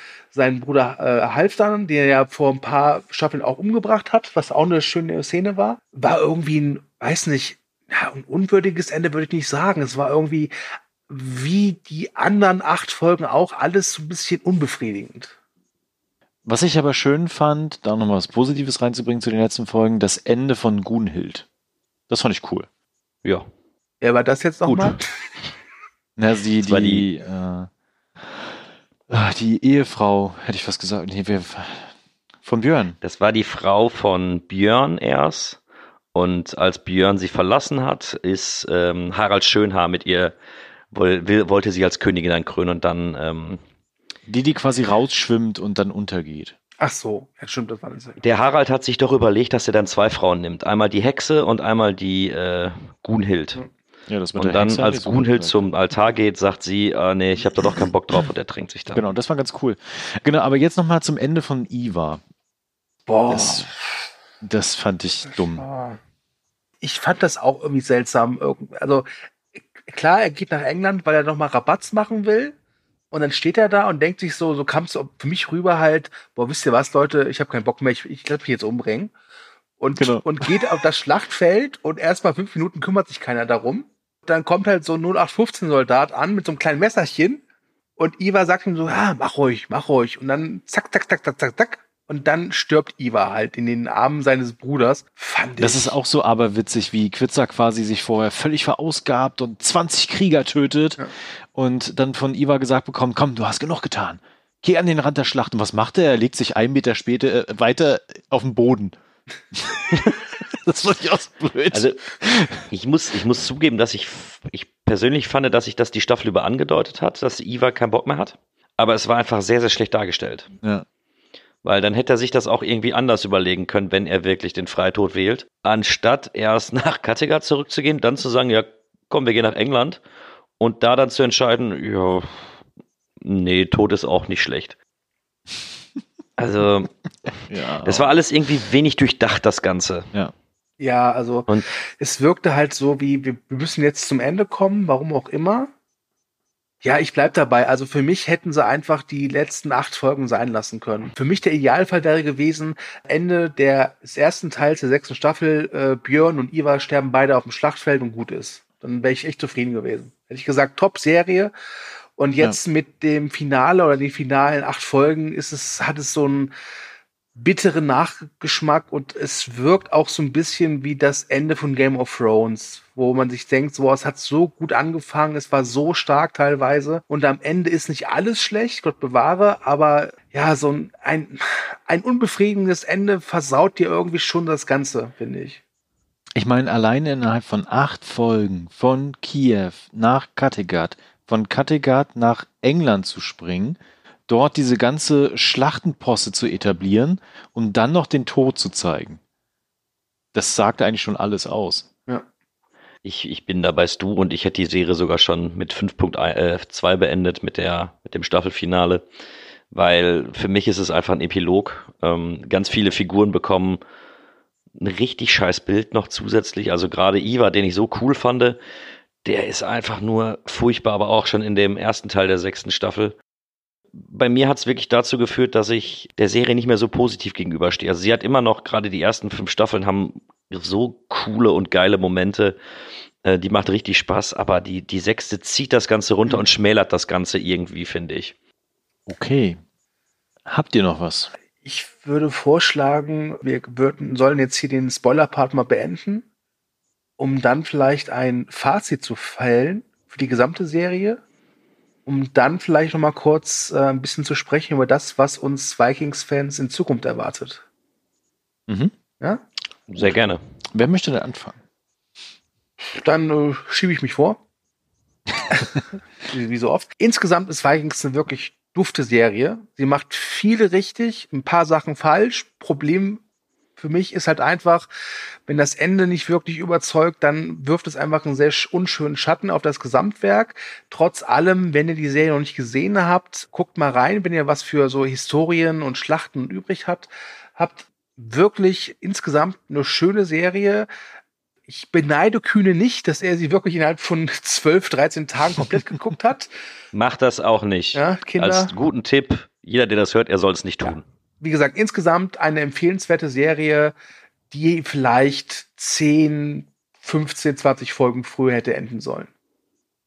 Bruder Halfdan, den er ja vor ein paar Staffeln auch umgebracht hat, was auch eine schöne Szene war. War irgendwie ein, weiß nicht, ein unwürdiges Ende würde ich nicht sagen. Es war irgendwie wie die anderen 8 Folgen auch, alles so ein bisschen unbefriedigend.
Was ich aber schön fand, da nochmal was Positives reinzubringen zu den letzten Folgen, das Ende von Gunhild. Das fand ich cool.
Ja.
Wer war das jetzt nochmal?
Na, die Ehefrau, hätte ich fast gesagt. Nee, von Björn.
Das war die Frau von Björn erst. Und als Björn sie verlassen hat, ist Harald Schönhaar mit ihr, wollte sie als Königin dann krönen und dann...
die quasi rausschwimmt und dann untergeht.
Ach so, ja stimmt, das war das.
Der Harald hat sich doch überlegt, dass er dann 2 Frauen nimmt. Einmal die Hexe und einmal die Gunhild.
Ja, das mit
Und
der
dann,
Hexe
als
ist so
Gunhild
gut.
zum Altar geht, sagt sie, nee, ich habe da doch keinen Bock drauf und er drängt sich dann.
Genau, das war ganz cool. Genau, aber jetzt nochmal zum Ende von Ivar.
Boah.
Das fand ich dumm.
Ich fand das auch irgendwie seltsam. Also klar, er geht nach England, weil er nochmal Rabatz machen will. Und dann steht er da und denkt sich so kam es für mich rüber halt, boah, wisst ihr was, Leute, ich habe keinen Bock mehr, ich lasse mich jetzt umbringen. Und geht auf das Schlachtfeld und erstmal 5 Minuten kümmert sich keiner darum. Dann kommt halt so ein 0815-Soldat an mit so einem kleinen Messerchen und Ivar sagt ihm so, mach ruhig. Und dann zack, zack, zack, zack, zack, zack. Und dann stirbt Ivar halt in den Armen seines Bruders.
Das ist auch so aberwitzig, wie Quitzer quasi sich vorher völlig verausgabt und 20 Krieger tötet und dann von Ivar gesagt bekommt, komm, du hast genug getan. Geh an den Rand der Schlacht. Und was macht er? Er legt sich 1 Meter später weiter auf den Boden. Das fand ich auch so blöd.
Also ich muss zugeben, dass ich persönlich fand, dass sich das die Staffel über angedeutet hat, dass Ivar keinen Bock mehr hat. Aber es war einfach sehr, sehr schlecht dargestellt.
Ja.
Weil dann hätte er sich das auch irgendwie anders überlegen können, wenn er wirklich den Freitod wählt. Anstatt erst nach Kattegat zurückzugehen, dann zu sagen, ja, komm, wir gehen nach England. Und da dann zu entscheiden, ja, nee, Tod ist auch nicht schlecht. Also, das war alles irgendwie wenig durchdacht, das Ganze.
Ja, also es wirkte halt so wie, wir müssen jetzt zum Ende kommen, warum auch immer. Ja, ich bleib dabei. Also für mich hätten sie einfach die letzten 8 Folgen sein lassen können. Für mich der Idealfall wäre gewesen, Ende des ersten Teils der 6. Staffel, Björn und Ivar sterben beide auf dem Schlachtfeld und gut ist. Dann wäre ich echt zufrieden gewesen. Hätte ich gesagt, Top-Serie. Und jetzt mit dem Finale oder den finalen 8 Folgen hat es so einen bitteren Nachgeschmack und es wirkt auch so ein bisschen wie das Ende von Game of Thrones, wo man sich denkt, so, es hat so gut angefangen, es war so stark teilweise und am Ende ist nicht alles schlecht, Gott bewahre, aber ja, so ein unbefriedigendes Ende versaut dir irgendwie schon das Ganze, finde ich.
Ich meine, alleine innerhalb von 8 Folgen von Kiew nach Kattegat, von Kattegat nach England zu springen, dort diese ganze Schlachtenposse zu etablieren und dann noch den Tod zu zeigen. Das sagt eigentlich schon alles aus.
Ja.
Ich bin dabei Stu und ich hätte die Serie sogar schon mit 5.2 beendet mit dem Staffelfinale, weil für mich ist es einfach ein Epilog. Ganz viele Figuren bekommen ein richtig scheiß Bild noch zusätzlich. Also gerade Ivar, den ich so cool fand, der ist einfach nur furchtbar, aber auch schon in dem ersten Teil der 6. Staffel. Bei mir hat es wirklich dazu geführt, dass ich der Serie nicht mehr so positiv gegenüberstehe. Also sie hat immer noch, gerade die ersten 5 Staffeln haben so coole und geile Momente. Die macht richtig Spaß, aber die 6. zieht das Ganze runter und schmälert das Ganze irgendwie, finde ich.
Okay. Habt ihr noch was?
Ich würde vorschlagen, wir sollen jetzt hier den Spoiler-Part mal beenden, um dann vielleicht ein Fazit zu fällen für die gesamte Serie. Um dann vielleicht noch mal kurz ein bisschen zu sprechen über das, was uns Vikings-Fans in Zukunft erwartet.
Mhm.
Ja?
Sehr gerne.
Wer möchte denn anfangen?
Dann schiebe ich mich vor. Wie so oft. Insgesamt ist Vikings eine wirklich dufte Serie. Sie macht viele richtig, ein paar Sachen falsch. Problem für mich ist halt einfach, wenn das Ende nicht wirklich überzeugt, dann wirft es einfach einen sehr unschönen Schatten auf das Gesamtwerk. Trotz allem, wenn ihr die Serie noch nicht gesehen habt, guckt mal rein, wenn ihr was für so Historien und Schlachten übrig habt. Habt wirklich insgesamt eine schöne Serie. Ich beneide Kühne nicht, dass er sie wirklich innerhalb von 12, 13 Tagen komplett geguckt hat.
Macht das auch nicht.
Ja, Kinder.
Als guten Tipp, jeder, der das hört, er soll es nicht tun.
Ja. Wie gesagt, insgesamt eine empfehlenswerte Serie, die vielleicht 10, 15, 20 Folgen früher hätte enden sollen.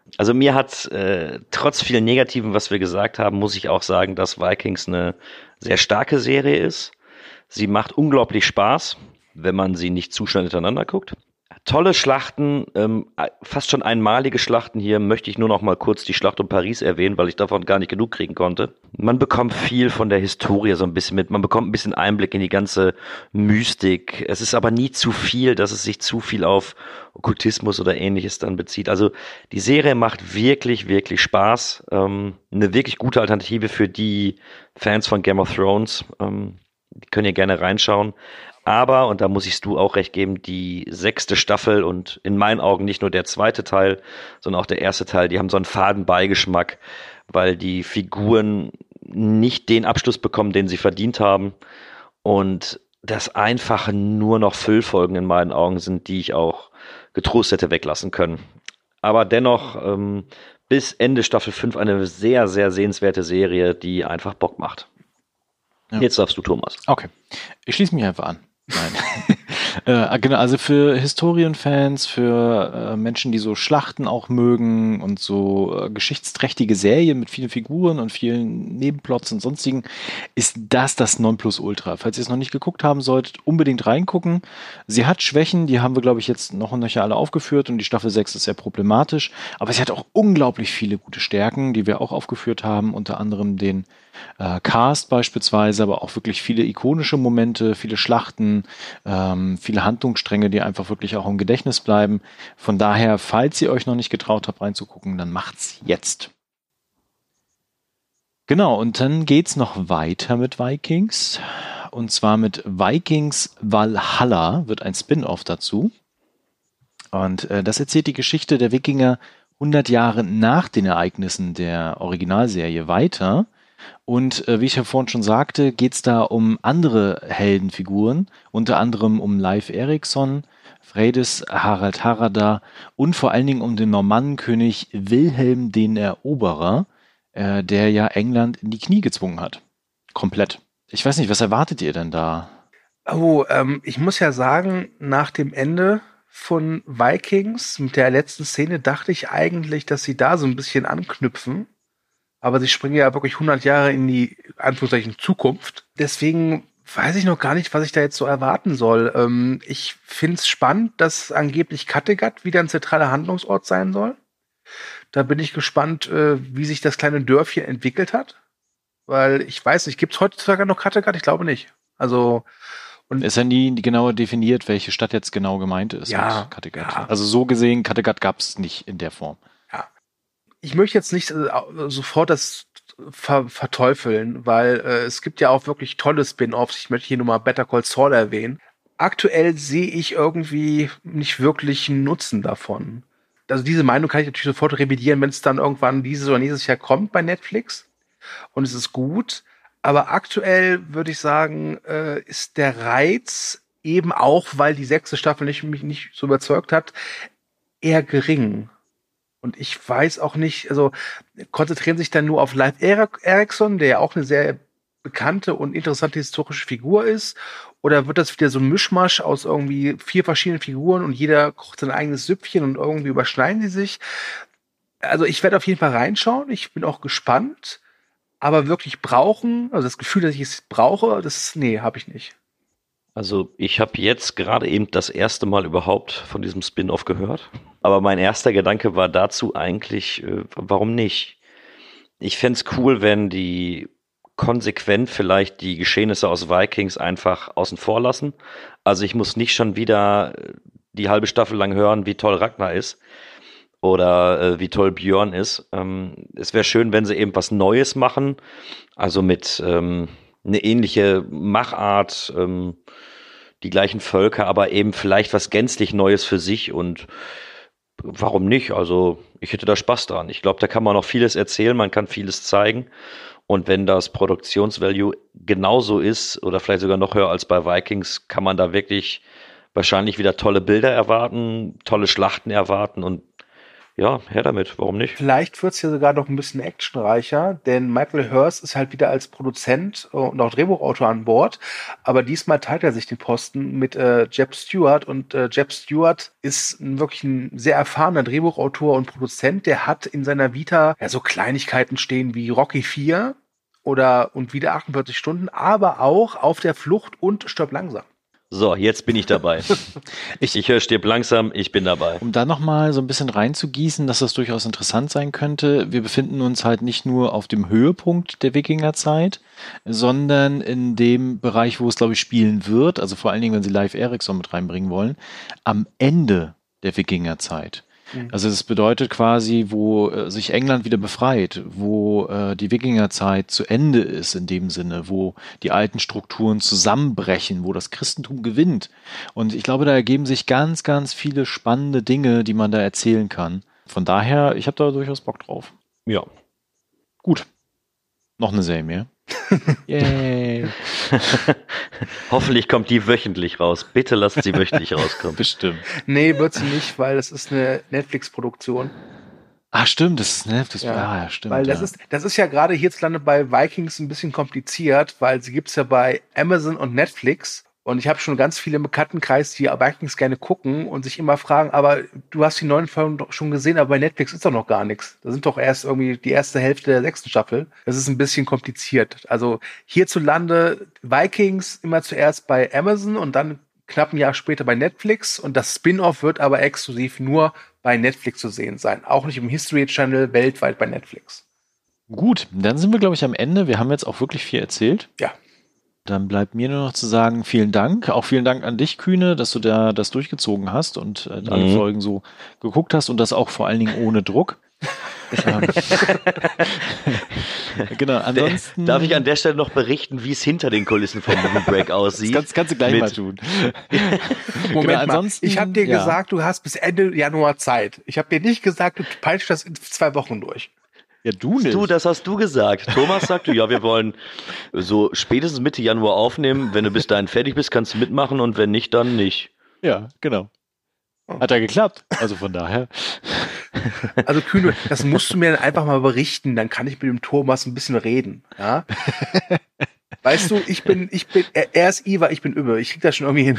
Also mir hat trotz vielen Negativen, was wir gesagt haben, muss ich auch sagen, dass Vikings eine sehr starke Serie ist. Sie macht unglaublich Spaß, wenn man sie nicht zu schnell hintereinander guckt. Tolle Schlachten, fast schon einmalige Schlachten hier, möchte ich nur noch mal kurz die Schlacht um Paris erwähnen, weil ich davon gar nicht genug kriegen konnte. Man bekommt viel von der Historie so ein bisschen mit, man bekommt ein bisschen Einblick in die ganze Mystik. Es ist aber nie zu viel, dass es sich zu viel auf Okkultismus oder Ähnliches dann bezieht. Also die Serie macht wirklich, wirklich Spaß. Eine wirklich gute Alternative für die Fans von Game of Thrones. Die können hier gerne reinschauen. Aber, und da muss ich du auch recht geben, die 6. Staffel und in meinen Augen nicht nur der 2. Teil, sondern auch der 1. Teil, die haben so einen faden Beigeschmack, weil die Figuren nicht den Abschluss bekommen, den sie verdient haben. Und das einfach nur noch Füllfolgen in meinen Augen sind, die ich auch getrost hätte weglassen können. Aber dennoch bis Ende Staffel 5 eine sehr, sehr sehenswerte Serie, die einfach Bock macht. Ja. Jetzt darfst du, Thomas.
Okay, ich schließe mich einfach an. Nein. Genau, also für Historienfans, für Menschen, die so Schlachten auch mögen und so geschichtsträchtige Serien mit vielen Figuren und vielen Nebenplots und sonstigen, ist das Nonplusultra. Falls ihr es noch nicht geguckt haben solltet, unbedingt reingucken. Sie hat Schwächen, die haben wir, glaube ich, jetzt noch und nöcher alle aufgeführt und die Staffel 6 ist sehr problematisch, aber sie hat auch unglaublich viele gute Stärken, die wir auch aufgeführt haben, unter anderem den Cast beispielsweise, aber auch wirklich viele ikonische Momente, viele Schlachten, viele Handlungsstränge, die einfach wirklich auch im Gedächtnis bleiben. Von daher, falls ihr euch noch nicht getraut habt reinzugucken, dann macht's jetzt. Genau, und dann geht's noch weiter mit Vikings. Und zwar mit Vikings Valhalla wird ein Spin-off dazu. Und das erzählt die Geschichte der Wikinger 100 Jahre nach den Ereignissen der Originalserie weiter. Und wie ich ja vorhin schon sagte, geht es da um andere Heldenfiguren, unter anderem um Leif Erikson, Freydis Harald Harada und vor allen Dingen um den Normannenkönig Wilhelm den Eroberer, der ja England in die Knie gezwungen hat. Komplett. Ich weiß nicht, was erwartet ihr denn da?
Oh, ich muss ja sagen, nach dem Ende von Vikings mit der letzten Szene dachte ich eigentlich, dass sie da so ein bisschen anknüpfen. Aber sie springen ja wirklich 100 Jahre in die, Anführungszeichen, Zukunft. Deswegen weiß ich noch gar nicht, was ich da jetzt so erwarten soll. Ich finde es spannend, dass angeblich Kattegat wieder ein zentraler Handlungsort sein soll. Da bin ich gespannt, wie sich das kleine Dörfchen entwickelt hat. Weil ich weiß nicht, gibt es heutzutage noch Kattegat? Ich glaube nicht. Also
und ist ja nie genauer definiert, welche Stadt jetzt genau gemeint ist
ja,
mit Kattegat.
Ja.
Also so gesehen, Kattegat gab es nicht in der Form.
Ja. Ich möchte jetzt nicht sofort das verteufeln, weil es gibt ja auch wirklich tolle Spin-offs. Ich möchte hier nur mal Better Call Saul erwähnen. Aktuell sehe ich irgendwie nicht wirklich einen Nutzen davon. Also diese Meinung kann ich natürlich sofort revidieren, wenn es dann irgendwann dieses oder nächstes Jahr kommt bei Netflix. Und es ist gut. Aber aktuell würde ich sagen, ist der Reiz eben auch, weil die 6. Staffel mich nicht so überzeugt hat, eher gering. Und ich weiß auch nicht, also konzentrieren sich dann nur auf Leif Erikson, der ja auch eine sehr bekannte und interessante historische Figur ist, oder wird das wieder so ein Mischmasch aus irgendwie 4 verschiedenen Figuren und jeder kocht sein eigenes Süppchen und irgendwie überschneiden sie sich? Also ich werde auf jeden Fall reinschauen, ich bin auch gespannt, aber wirklich brauchen, also das Gefühl, dass ich es brauche, habe ich nicht.
Also ich habe jetzt gerade eben das erste Mal überhaupt von diesem Spin-off gehört. Aber mein erster Gedanke war dazu eigentlich, warum nicht? Ich fände es cool, wenn die konsequent vielleicht die Geschehnisse aus Vikings einfach außen vor lassen. Also ich muss nicht schon wieder die halbe Staffel lang hören, wie toll Ragnar ist oder wie toll Björn ist. Es wäre schön, wenn sie eben was Neues machen, also mit eine ähnliche Machart, die gleichen Völker, aber eben vielleicht was gänzlich Neues für sich und warum nicht? Also ich hätte da Spaß dran. Ich glaube, da kann man noch vieles erzählen, man kann vieles zeigen und wenn das Produktionsvalue genauso ist oder vielleicht sogar noch höher als bei Vikings, kann man da wirklich wahrscheinlich wieder tolle Bilder erwarten, tolle Schlachten erwarten und Ja, her damit, warum nicht?
Vielleicht wird es ja sogar noch ein bisschen actionreicher, denn Michael Hirst ist halt wieder als Produzent und auch Drehbuchautor an Bord, aber diesmal teilt er sich den Posten mit Jeb Stewart und Jeb Stewart ist wirklich ein sehr erfahrener Drehbuchautor und Produzent, der hat in seiner Vita ja so Kleinigkeiten stehen wie Rocky 4 und wieder 48 Stunden, aber auch Auf der Flucht und Stirb langsam.
So, jetzt bin ich dabei. Ich höre Stirb langsam, ich bin dabei.
Um da nochmal so ein bisschen reinzugießen, dass das durchaus interessant sein könnte, wir befinden uns halt nicht nur auf dem Höhepunkt der Wikingerzeit, sondern in dem Bereich, wo es, glaube ich, spielen wird, also vor allen Dingen, wenn sie Live Erikson mit reinbringen wollen, am Ende der Wikingerzeit. Also das bedeutet quasi, wo sich England wieder befreit, wo die Wikingerzeit zu Ende ist in dem Sinne, wo die alten Strukturen zusammenbrechen, wo das Christentum gewinnt. Und ich glaube, da ergeben sich ganz, ganz viele spannende Dinge, die man da erzählen kann. Von daher, ich habe da durchaus Bock drauf.
Ja.
Gut. Noch eine Serie mehr. Yay.
Hoffentlich kommt die wöchentlich raus. Bitte lasst sie wöchentlich rauskommen.
Bestimmt.
Nee, wird sie nicht, weil es ist eine Netflix-Produktion.
Ah, stimmt, das ist Netflix.
Ja,
Ja, stimmt.
Weil das ist ja gerade hierzulande bei Vikings ein bisschen kompliziert, weil sie gibt's ja bei Amazon und Netflix. Und ich habe schon ganz viele im Bekanntenkreis, die Vikings gerne gucken und sich immer fragen, aber du hast die 9 Folgen doch schon gesehen, aber bei Netflix ist doch noch gar nichts. Da sind doch erst irgendwie die erste Hälfte der 6. Staffel. Das ist ein bisschen kompliziert. Also hierzulande Vikings immer zuerst bei Amazon und dann knapp ein Jahr später bei Netflix. Und das Spin-off wird aber exklusiv nur bei Netflix zu sehen sein. Auch nicht im History Channel, weltweit bei Netflix.
Gut, dann sind wir, glaube ich, am Ende. Wir haben jetzt auch wirklich viel erzählt.
Ja.
Dann bleibt mir nur noch zu sagen, vielen Dank. Auch vielen Dank an dich, Kühne, dass du da das durchgezogen hast und alle Folgen so geguckt hast und das auch vor allen Dingen ohne Druck. Genau, ansonsten...
Darf ich an der Stelle noch berichten, wie es hinter den Kulissen vom Movie Break aussieht?
Das kannst du gleich mal tun.
Moment
genau,
mal, ich habe dir gesagt, du hast bis Ende Januar Zeit. Ich habe dir nicht gesagt, du peitschst das in 2 Wochen durch.
Ja, du nicht.
Das hast du gesagt. Thomas sagte, ja, wir wollen so spätestens Mitte Januar aufnehmen. Wenn du bis dahin fertig bist, kannst du mitmachen und wenn nicht, dann nicht.
Ja, genau. Hat ja geklappt. Also von daher.
Also Kühne, das musst du mir dann einfach mal berichten, dann kann ich mit dem Thomas ein bisschen reden. Ja? Weißt du, er ist Iva, ich bin Übbe. Ich krieg das schon irgendwie hin.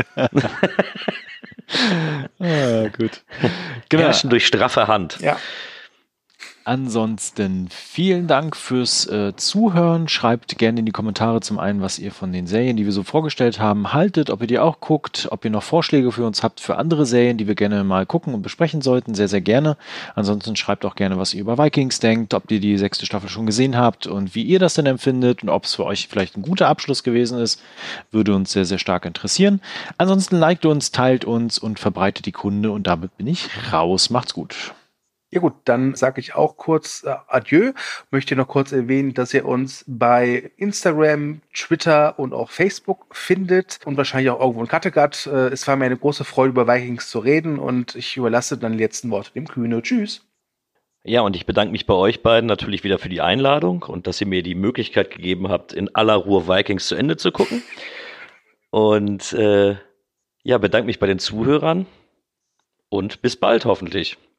Gut. Genau.
Herrschen durch straffe Hand.
Ja.
Ansonsten vielen Dank fürs Zuhören. Schreibt gerne in die Kommentare zum einen, was ihr von den Serien, die wir so vorgestellt haben, haltet, ob ihr die auch guckt, ob ihr noch Vorschläge für uns habt für andere Serien, die wir gerne mal gucken und besprechen sollten. Sehr, sehr gerne. Ansonsten schreibt auch gerne, was ihr über Vikings denkt, ob ihr die 6. Staffel schon gesehen habt und wie ihr das denn empfindet und ob es für euch vielleicht ein guter Abschluss gewesen ist. Würde uns sehr, sehr stark interessieren. Ansonsten liked uns, teilt uns und verbreitet die Kunde und damit bin ich raus. Macht's gut.
Ja gut, dann sage ich auch kurz Adieu. Möchte noch kurz erwähnen, dass ihr uns bei Instagram, Twitter und auch Facebook findet und wahrscheinlich auch irgendwo in Kattegat. Es war mir eine große Freude, über Vikings zu reden und ich überlasse dann die letzten Worte dem Kühne. Tschüss.
Ja, und ich bedanke mich bei euch beiden natürlich wieder für die Einladung und dass ihr mir die Möglichkeit gegeben habt, in aller Ruhe Vikings zu Ende zu gucken. Und bedanke mich bei den Zuhörern und bis bald hoffentlich.